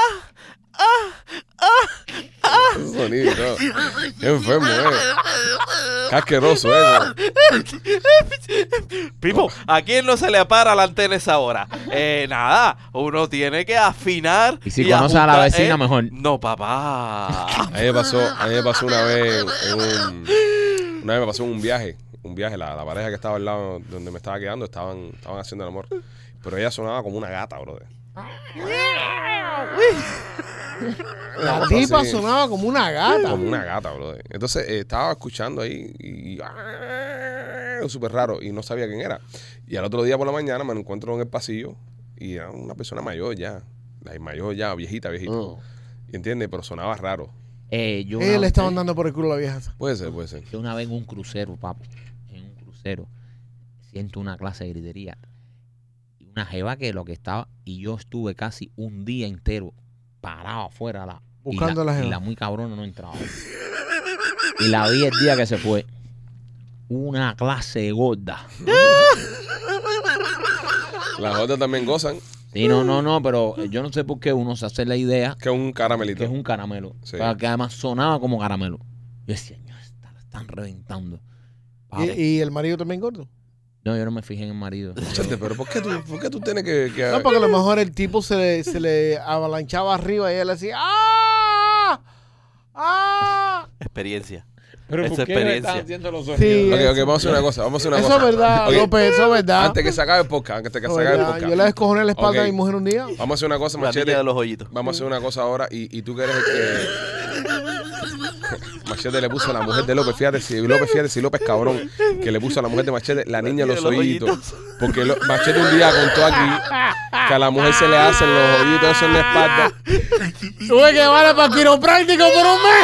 Ese sonido, no. Qué enfermo, eh. Qué asqueroso, eh. Pipo, ¿a quién no se le para la antena esa hora? Eh, nada, uno tiene que afinar. Y si conoces a la ajustar, vecina, ¿eh? mejor. No, papá. A mí me pasó, a mí me pasó una vez en un, una vez me pasó en un viaje, un viaje, la, la pareja que estaba al lado donde me estaba quedando estaban, estaban haciendo el amor, pero ella sonaba como una gata, brother. La cosa tipa así, sonaba como una gata. como una gata, brother. Entonces eh, estaba escuchando ahí y, y ah, súper raro y no sabía quién era. Y al otro día por la mañana me lo encuentro en el pasillo y era una persona mayor ya, la mayor ya, viejita, viejita. Oh. ¿Y entiendes? Pero sonaba raro. Eh, yo Ella una- le estaban dando por el culo a la vieja esa. Puede ser, puede ser. Yo una vez en un crucero, papo, en un crucero, siento una clase de gritería. Y una jeva que lo que estaba, y yo estuve casi un día entero parado afuera. La, Buscando y la, a la jeva. Y la muy cabrona no entraba. Y la vi el día que se fue. Una clase de gorda. Las otras también gozan. Sí, no, no, no, pero yo no sé por qué uno se hace la idea Que es un caramelito. que es un caramelo. Sí. Pero que además sonaba como caramelo. Yo decía, "Ño, están, están reventando. Papi. ¿Y, y el marido también gordo? No, yo no me fijé en el marido. Machete, pero ¿por qué tú, por qué tú tienes que...? que- No, porque a lo mejor el tipo se le, se le avalanchaba arriba y él decía ¡ah! ¡ah! Experiencia. Pero Esa ¿por qué me experiencia. están haciendo los Sí, sonidos? Ok, ok, vamos a hacer una cosa, vamos a hacer una Eso cosa. es verdad, Ok, López, eso es verdad. Antes que se acabe el podcast, antes que Eso se es acabe el verdad. podcast. Yo le descojoné la espalda Ok. a mi mujer un día. Vamos a hacer una cosa, La Machete. niña de los hoyitos. Vamos a hacer una cosa ahora y, y tú que eres el que... Machete le puso a la mujer de López, fíjate si López, fíjate si López cabrón, que le puso a la mujer de Machete la niña de los hoyitos. Porque lo- Machete un día contó aquí que a la mujer se le hacen los hoyitos eso en la espalda. Tuve que llevarla para el quiropráctico por un mes.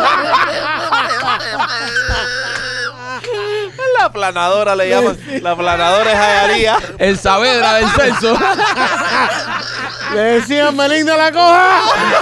La aplanadora le llaman. La aplanadora es Jayalía. El Saavedra del censo. Le decían, Melinda la coja.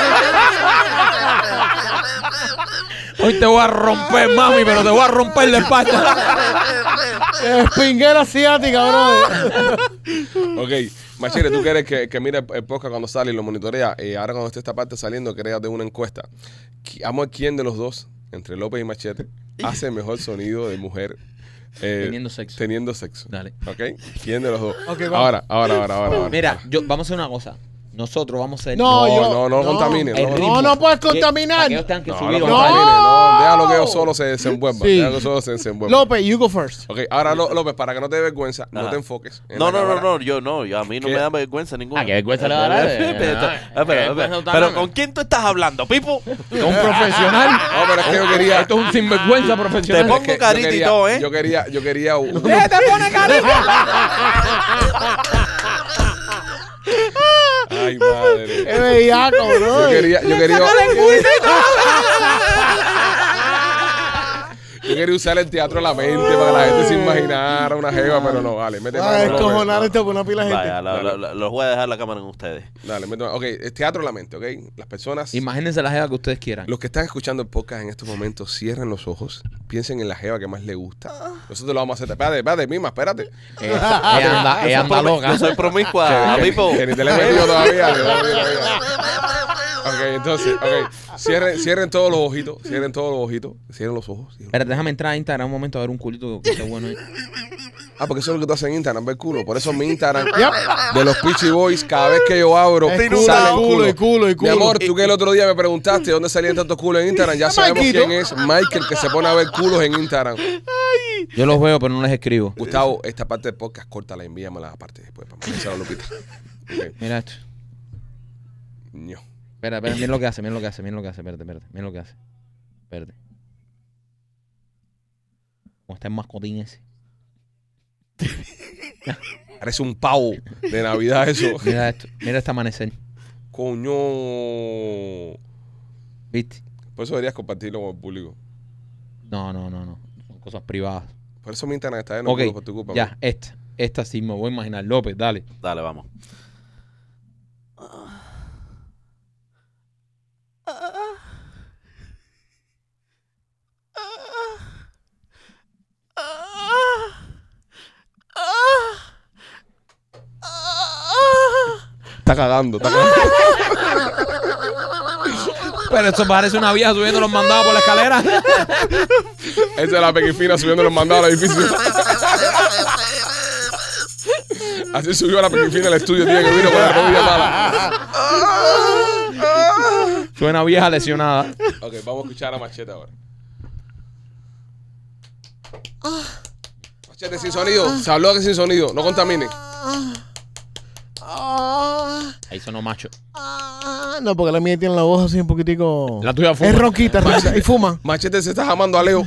Hoy te voy a romper, mami, pero te voy a romper la espalda. Espinguera asiática, brother. Ok, Machete, tú que eres que, que mira el podcast cuando sale y lo monitorea, eh, ahora cuando esté esta parte saliendo, créate una encuesta. Qui- Vamos a ver quién de los dos, entre López y Machete, hace mejor sonido de mujer eh, Teniendo sexo. Teniendo sexo. Dale. ¿Ok? ¿Quién de los dos? Ok, vamos. ahora, ahora, ahora, ahora, ahora. Mira, yo, vamos a hacer una cosa. Nosotros vamos a hacer... No, No, yo, no, no contamine, el no. ritmo. No, no puedes Que- contaminar. para que ellos tengan que No, subir no o no. bajar. contamine, no. Déjalo que ellos solo se desenvuelvan. Sí. Déjalo que solo se desenvuelvan. López, you go first. Ok, ahora Ló- López, para que no te dé vergüenza, no Ajá. te enfoques. en No, la no, no, cámara. no, yo no, yo a mí no ¿Qué? me da vergüenza ninguna. Ah, ¿qué vergüenza le va a dar? Pero, Ah, pero, ¿qué pero, vergüenza está pero dando? ¿con quién tú estás hablando, Pipo? Un profesional. No, pero es que yo quería... Esto es un sinvergüenza profesional. Te pongo es que yo carita y quería- todo, ¿eh? Yo quería, yo quería... un- ¿Qué te pone Ay, madre. Es bellaco, Yo bro. quería, yo quería, yo quería usar el teatro de la mente para que la gente se imaginara una jeva, pero no, vale, mete Voy a mano, López. descojonar esto por una pila de gente. Vaya, lo- lo- lo- los voy a dejar la cámara en ustedes. Dale, mete mano. Ok, es teatro de la mente, ok. Las personas, Imagínense la jeva que ustedes quieran. los que están escuchando el podcast en estos momentos, cierren los ojos, piensen en la jeva que más les gusta. Nosotros lo vamos a hacer. Espérate, espérate, Mima, espérate. Eh, ella anda, ella anda loca. Yo soy promiscua, que, que- Pipo. que ni te le he metido todavía. ni te le he metido todavía. Ok, entonces, ok. Cierren, cierren todos los ojitos, cierren todos los ojitos, cierren los ojos. cierren. Espérate, déjame entrar a Instagram un momento a ver un culito que esté bueno ahí. Ah, porque eso es lo que tú haces en Instagram, ver culo. Por eso mi Instagram de los Peachy Boys, cada vez que yo abro, Es sale culo, el culo, culo. y culo, y culo. Mi amor, tú que el otro día me preguntaste dónde salían tantos culos en Instagram, ya sabemos Maikito. quién es Michael, que se pone a ver culos en Instagram. Yo los veo, pero no les escribo. Gustavo, esta parte del podcast, córtala, envíamela aparte después para mandársela a Lupita. Ok. Mira esto. Ño. Espera, espera, miren lo que hace, miren lo que hace, miren lo que hace. Espérate, espérate, miren lo que hace. Espérate. ¿Cómo está el mascotín ese? Parece un pavo de Navidad eso. Mira esto, mira este amanecer. Coño. ¿Viste? Por eso deberías compartirlo con el público. No, no, no, no. Son cosas privadas. Por eso mi Instagram está lleno de Ok, culos por tu culpa. ya, esta. Esta sí me voy a imaginar. López, dale. Dale, vamos. Está cagando, está cagando. Pero eso parece una vieja subiendo los mandados por la escalera. Esa es la pequifina subiendo los mandados al edificio. Así subió la pequifina al estudio, tiene que vino con la rodilla mala. Suena vieja lesionada. Ok, vamos a escuchar a Machete ahora. Machete sin sonido. Se habló que sin sonido. No contamine. Ah, Ahí sonó macho. ah, no, porque la mía tiene la voz así un poquitico. La tuya fuma. Es ronquita, ronquita, y fuma. Machete se está llamando a Leo.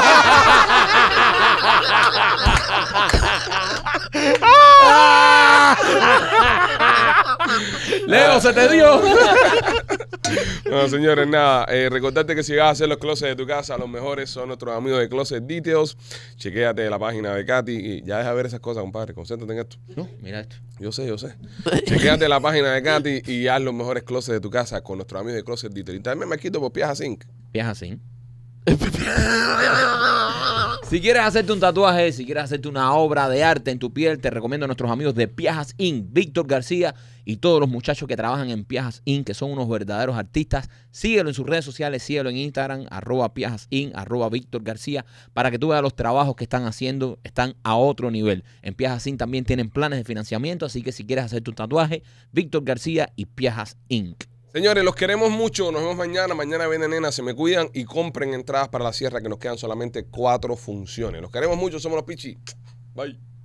Leo, se te dio. No, señores, nada. Eh, recordarte que si vas a hacer los closets de tu casa, los mejores son nuestros amigos de Closet Details. Chequéate la página de Katy y ya deja ver esas cosas, compadre. Concéntrate en esto. No, mira esto. Yo sé, yo sé. Chequéate la página de Katy y haz los mejores closets de tu casa con nuestros amigos de Closet Details. Y también me quito por Piaja Zinc. Pies así. Si quieres hacerte un tatuaje, si quieres hacerte una obra de arte en tu piel, te recomiendo a nuestros amigos de Piajas incorporated, Víctor García y todos los muchachos que trabajan en Piajas incorporated, que son unos verdaderos artistas. Síguelo en sus redes sociales, síguelo en Instagram, arroba Piajas incorporated, arroba Víctor García, para que tú veas los trabajos que están haciendo, están a otro nivel. En Piajas incorporated también tienen planes de financiamiento, así que si quieres hacerte un tatuaje, Víctor García y Piajas incorporated. Señores, los queremos mucho. Nos vemos mañana. Mañana viene Nena, se me cuidan y compren entradas para la sierra, que nos quedan solamente cuatro funciones. Los queremos mucho. Somos los Pichi. Bye.